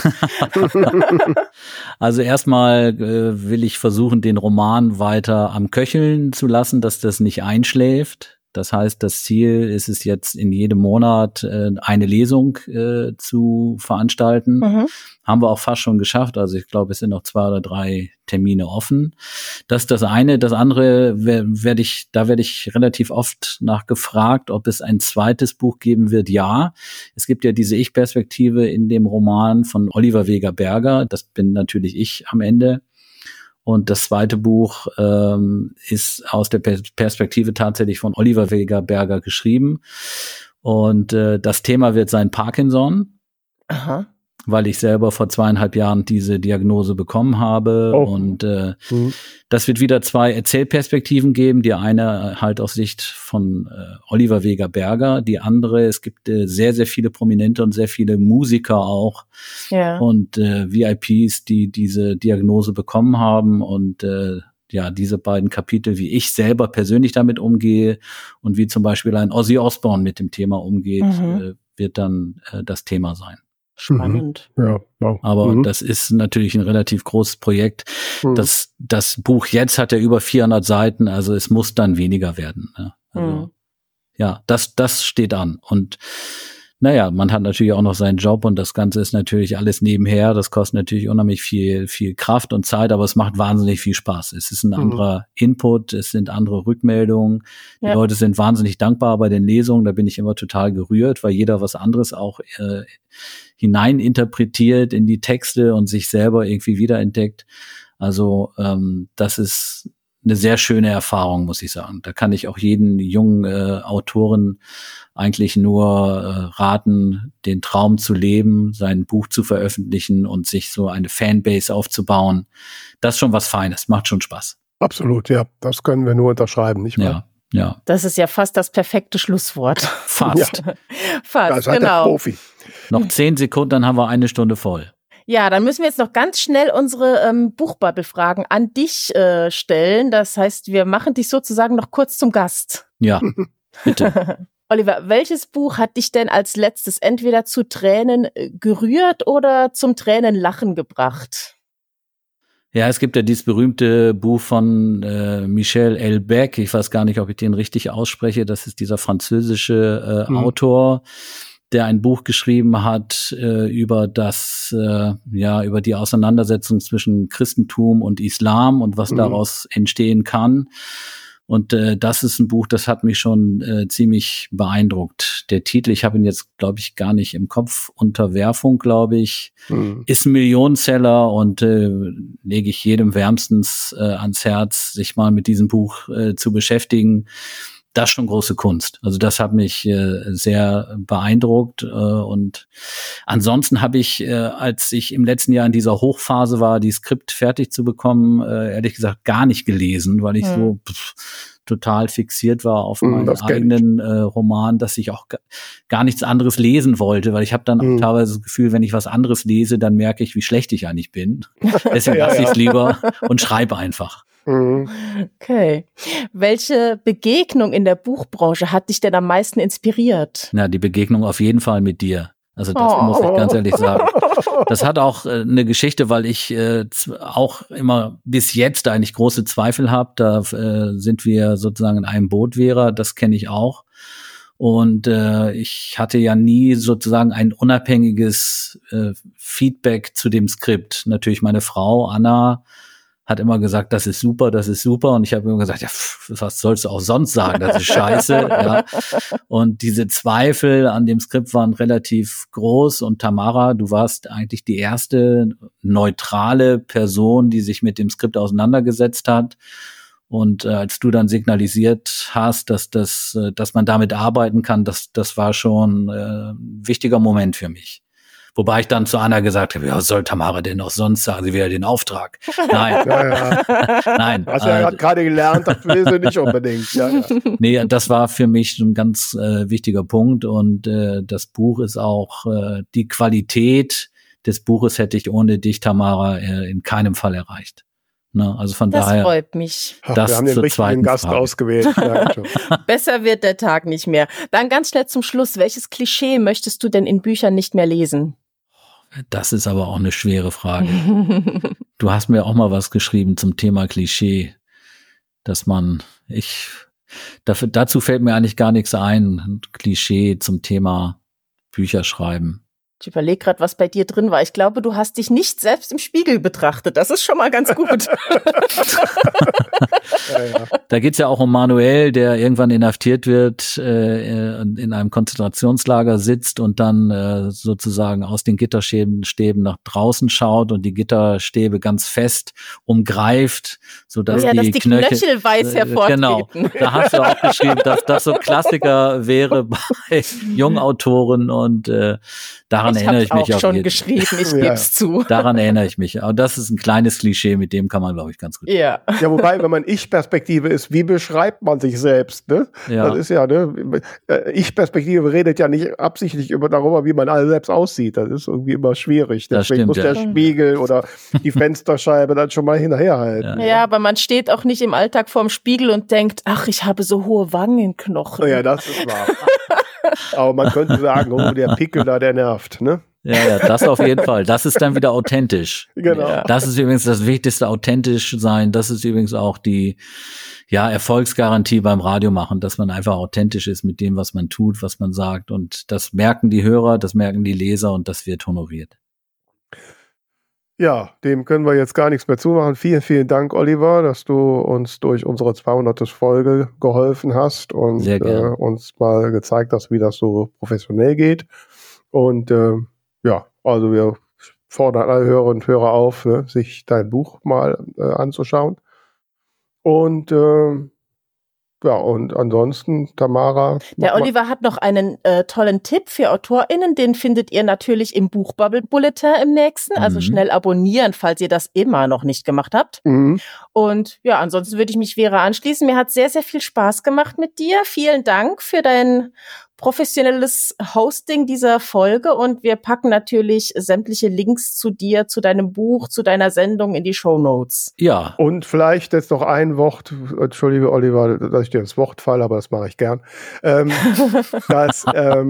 Also erstmal will ich versuchen, den Roman weiter am Köcheln zu lassen, dass das nicht einschläft. Das heißt, das Ziel ist es jetzt, in jedem Monat eine Lesung zu veranstalten. Haben wir auch fast schon geschafft. Also ich glaube, es sind noch 2 oder 3 Termine offen. Das ist das eine. Das andere werde ich relativ oft nachgefragt, ob es ein zweites Buch geben wird. Ja, es gibt ja diese Ich-Perspektive in dem Roman von Oliver Weger-Berger. Das bin natürlich ich am Ende. Und das zweite Buch ist aus der Perspektive tatsächlich von Oliver Weger-Berger geschrieben. Und das Thema wird sein Parkinson. Aha. Weil ich selber vor 2,5 Jahren diese Diagnose bekommen habe. Oh. Und das wird wieder 2 Erzählperspektiven geben. Die eine halt aus Sicht von Oliver Weger-Berger, die andere, es gibt sehr, sehr viele Prominente und sehr viele Musiker auch und VIPs, die diese Diagnose bekommen haben, und diese beiden Kapitel, wie ich selber persönlich damit umgehe und wie zum Beispiel ein Ozzy Osbourne mit dem Thema umgeht, wird dann das Thema sein. Spannend. Ja, wow. Aber das ist natürlich ein relativ großes Projekt. Das Buch jetzt hat ja über 400 Seiten, also es muss dann weniger werden. Ne? Also, das steht an. Und naja, man hat natürlich auch noch seinen Job, und das Ganze ist natürlich alles nebenher. Das kostet natürlich unheimlich viel Kraft und Zeit, aber es macht wahnsinnig viel Spaß. Es ist ein anderer Input, es sind andere Rückmeldungen. Die Leute sind wahnsinnig dankbar bei den Lesungen. Da bin ich immer total gerührt, weil jeder was anderes auch hineininterpretiert in die Texte und sich selber irgendwie wiederentdeckt. Also das ist eine sehr schöne Erfahrung, muss ich sagen. Da kann ich auch jeden jungen Autoren eigentlich nur raten, den Traum zu leben, sein Buch zu veröffentlichen und sich so eine Fanbase aufzubauen. Das ist schon was Feines, macht schon Spaß. Absolut, ja. Das können wir nur unterschreiben, nicht wahr? Ja. Das ist ja fast das perfekte Schlusswort. Fast. Ja. Fast, Das ist halt der Profi. Noch 10 Sekunden, dann haben wir eine Stunde voll. Ja, dann müssen wir jetzt noch ganz schnell unsere Buchbubble-Fragen an dich stellen. Das heißt, wir machen dich sozusagen noch kurz zum Gast. Ja, bitte. Oliver, welches Buch hat dich denn als letztes entweder zu Tränen gerührt oder zum Tränenlachen gebracht? Ja, es gibt ja dieses berühmte Buch von Michel Houellebecq. Ich weiß gar nicht, ob ich den richtig ausspreche. Das ist dieser französische Autor, der ein Buch geschrieben hat über über die Auseinandersetzung zwischen Christentum und Islam und was daraus entstehen kann. Und das ist ein Buch, das hat mich schon ziemlich beeindruckt. Der Titel, ich habe ihn jetzt, glaube ich, gar nicht im Kopf, Unterwerfung, glaube ich, ist ein Millionenseller und lege ich jedem wärmstens ans Herz, sich mal mit diesem Buch zu beschäftigen. Das ist schon große Kunst. Also das hat mich sehr beeindruckt. Und ansonsten habe ich, als ich im letzten Jahr in dieser Hochphase war, die Skript fertig zu bekommen, ehrlich gesagt gar nicht gelesen, weil ich so total fixiert war auf meinen eigenen Roman, dass ich auch gar nichts anderes lesen wollte, weil ich habe dann auch teilweise das Gefühl, wenn ich was anderes lese, dann merke ich, wie schlecht ich eigentlich bin. Deswegen lasse ich es lieber und schreibe einfach. Okay. Welche Begegnung in der Buchbranche hat dich denn am meisten inspiriert? Na, die Begegnung auf jeden Fall mit dir. Also das muss ich ganz ehrlich sagen. Das hat auch eine Geschichte, weil ich auch immer bis jetzt eigentlich große Zweifel habe. Da sind wir sozusagen in einem Boot, Vera, das kenne ich auch. Und ich hatte ja nie sozusagen ein unabhängiges Feedback zu dem Skript. Natürlich meine Frau, Anna, hat immer gesagt, das ist super, das ist super. Und ich habe immer gesagt, ja, was sollst du auch sonst sagen, das ist scheiße. Ja. Und diese Zweifel an dem Skript waren relativ groß. Und Tamara, du warst eigentlich die erste neutrale Person, die sich mit dem Skript auseinandergesetzt hat. Und als du dann signalisiert hast, dass man damit arbeiten kann, das war schon ein wichtiger Moment für mich. Wobei ich dann zu Anna gesagt habe, ja, was soll Tamara denn noch sonst sagen? Sie will ja den Auftrag. Nein. Nein. Hast du ja gerade gelernt, das will sie nicht unbedingt. Ja. Nee, das war für mich ein ganz wichtiger Punkt. Und das Buch ist auch, die Qualität des Buches hätte ich ohne dich, Tamara, in keinem Fall erreicht. Ne? Also von daher. Das freut mich. Wir haben den richtigen Gast ausgewählt. Ja, besser wird der Tag nicht mehr. Dann ganz schnell zum Schluss. Welches Klischee möchtest du denn in Büchern nicht mehr lesen? Das ist aber auch eine schwere Frage. Du hast mir auch mal was geschrieben zum Thema Klischee, dass dazu fällt mir eigentlich gar nichts ein. Ein Klischee zum Thema Bücher schreiben. Ich überlege gerade, was bei dir drin war. Ich glaube, du hast dich nicht selbst im Spiegel betrachtet. Das ist schon mal ganz gut. Da geht's ja auch um Manuel, der irgendwann inhaftiert wird, in einem Konzentrationslager sitzt und dann sozusagen aus den Gitterstäben nach draußen schaut und die Gitterstäbe ganz fest umgreift, sodass die Knöchel weiß hervortreten. Genau, da hast du auch geschrieben, dass das so Klassiker wäre bei Jungautoren und daran erinnere ich mich auch schon geschrieben, ich gebe es zu. Daran erinnere ich mich. Aber das ist ein kleines Klischee, mit dem kann man, glaube ich, ganz gut. Ja, wobei, wenn man Ich-Perspektive ist, wie beschreibt man sich selbst? Ne? Ja. Das ist ja, ne? Ich-Perspektive redet ja nicht absichtlich darüber, wie man alle selbst aussieht. Das ist irgendwie immer schwierig. Deswegen muss der Spiegel oder die Fensterscheibe dann schon mal hinterherhalten. Ja, aber man steht auch nicht im Alltag vorm Spiegel und denkt, ach, ich habe so hohe Wangenknochen. Ja, das ist wahr. Aber man könnte sagen, oh, der Pickel da, der nervt, ne? Ja, das auf jeden Fall. Das ist dann wieder authentisch. Genau. Das ist übrigens das Wichtigste, authentisch sein. Das ist übrigens auch die Erfolgsgarantie beim Radio machen, dass man einfach authentisch ist mit dem, was man tut, was man sagt. Und das merken die Hörer, das merken die Leser und das wird honoriert. Ja, dem können wir jetzt gar nichts mehr zumachen. Vielen, vielen Dank, Oliver, dass du uns durch unsere 200. Folge geholfen hast und uns mal gezeigt hast, wie das so professionell geht. Und also wir fordern alle Hörerinnen und Hörer auf, sich dein Buch mal anzuschauen. Und ja, und ansonsten, Tamara. Der Oliver hat noch einen tollen Tipp für AutorInnen, den findet ihr natürlich im Buchbubble-Bulletin im nächsten, also schnell abonnieren, falls ihr das immer noch nicht gemacht habt. Und ja, ansonsten würde ich mich Vera anschließen. Mir hat sehr, sehr viel Spaß gemacht mit dir. Vielen Dank für dein professionelles Hosting dieser Folge und wir packen natürlich sämtliche Links zu dir, zu deinem Buch, zu deiner Sendung in die Shownotes. Ja. Und vielleicht jetzt noch ein Wort, entschuldige Oliver, dass ich dir ins Wort falle, aber das mache ich gern. Dass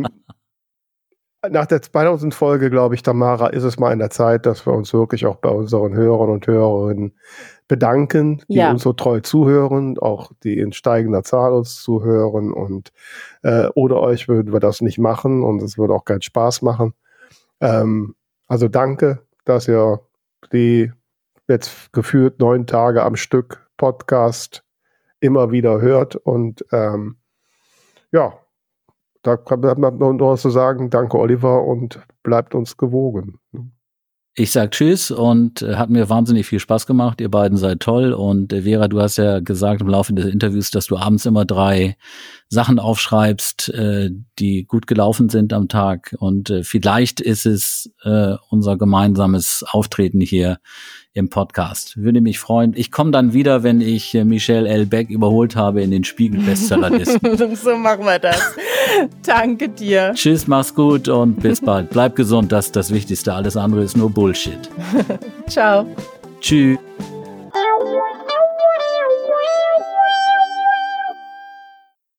nach der 2000 Folge, glaube ich, Tamara, ist es mal in der Zeit, dass wir uns wirklich auch bei unseren Hörern und Hörerinnen bedanken, die uns so treu zuhören, auch die in steigender Zahl uns zuhören und ohne euch würden wir das nicht machen und es würde auch keinen Spaß machen. Also danke, dass ihr die jetzt geführt 9 Tage am Stück Podcast immer wieder hört und ja, da kann man nur zu sagen, danke Oliver und bleibt uns gewogen. Ich sag Tschüss und hat mir wahnsinnig viel Spaß gemacht. Ihr beiden seid toll. Und Vera, du hast ja gesagt im Laufe des Interviews, dass du abends immer 3 Sachen aufschreibst, die gut gelaufen sind am Tag. Und vielleicht ist es unser gemeinsames Auftreten hier im Podcast. Würde mich freuen. Ich komme dann wieder, wenn ich Michelle L. Beck überholt habe in den Spiegel-Bestsellerlisten. So machen wir das. Danke dir. Tschüss, mach's gut und bis bald. Bleib gesund, das ist das Wichtigste. Alles andere ist nur Bullshit. Ciao. Tschüss.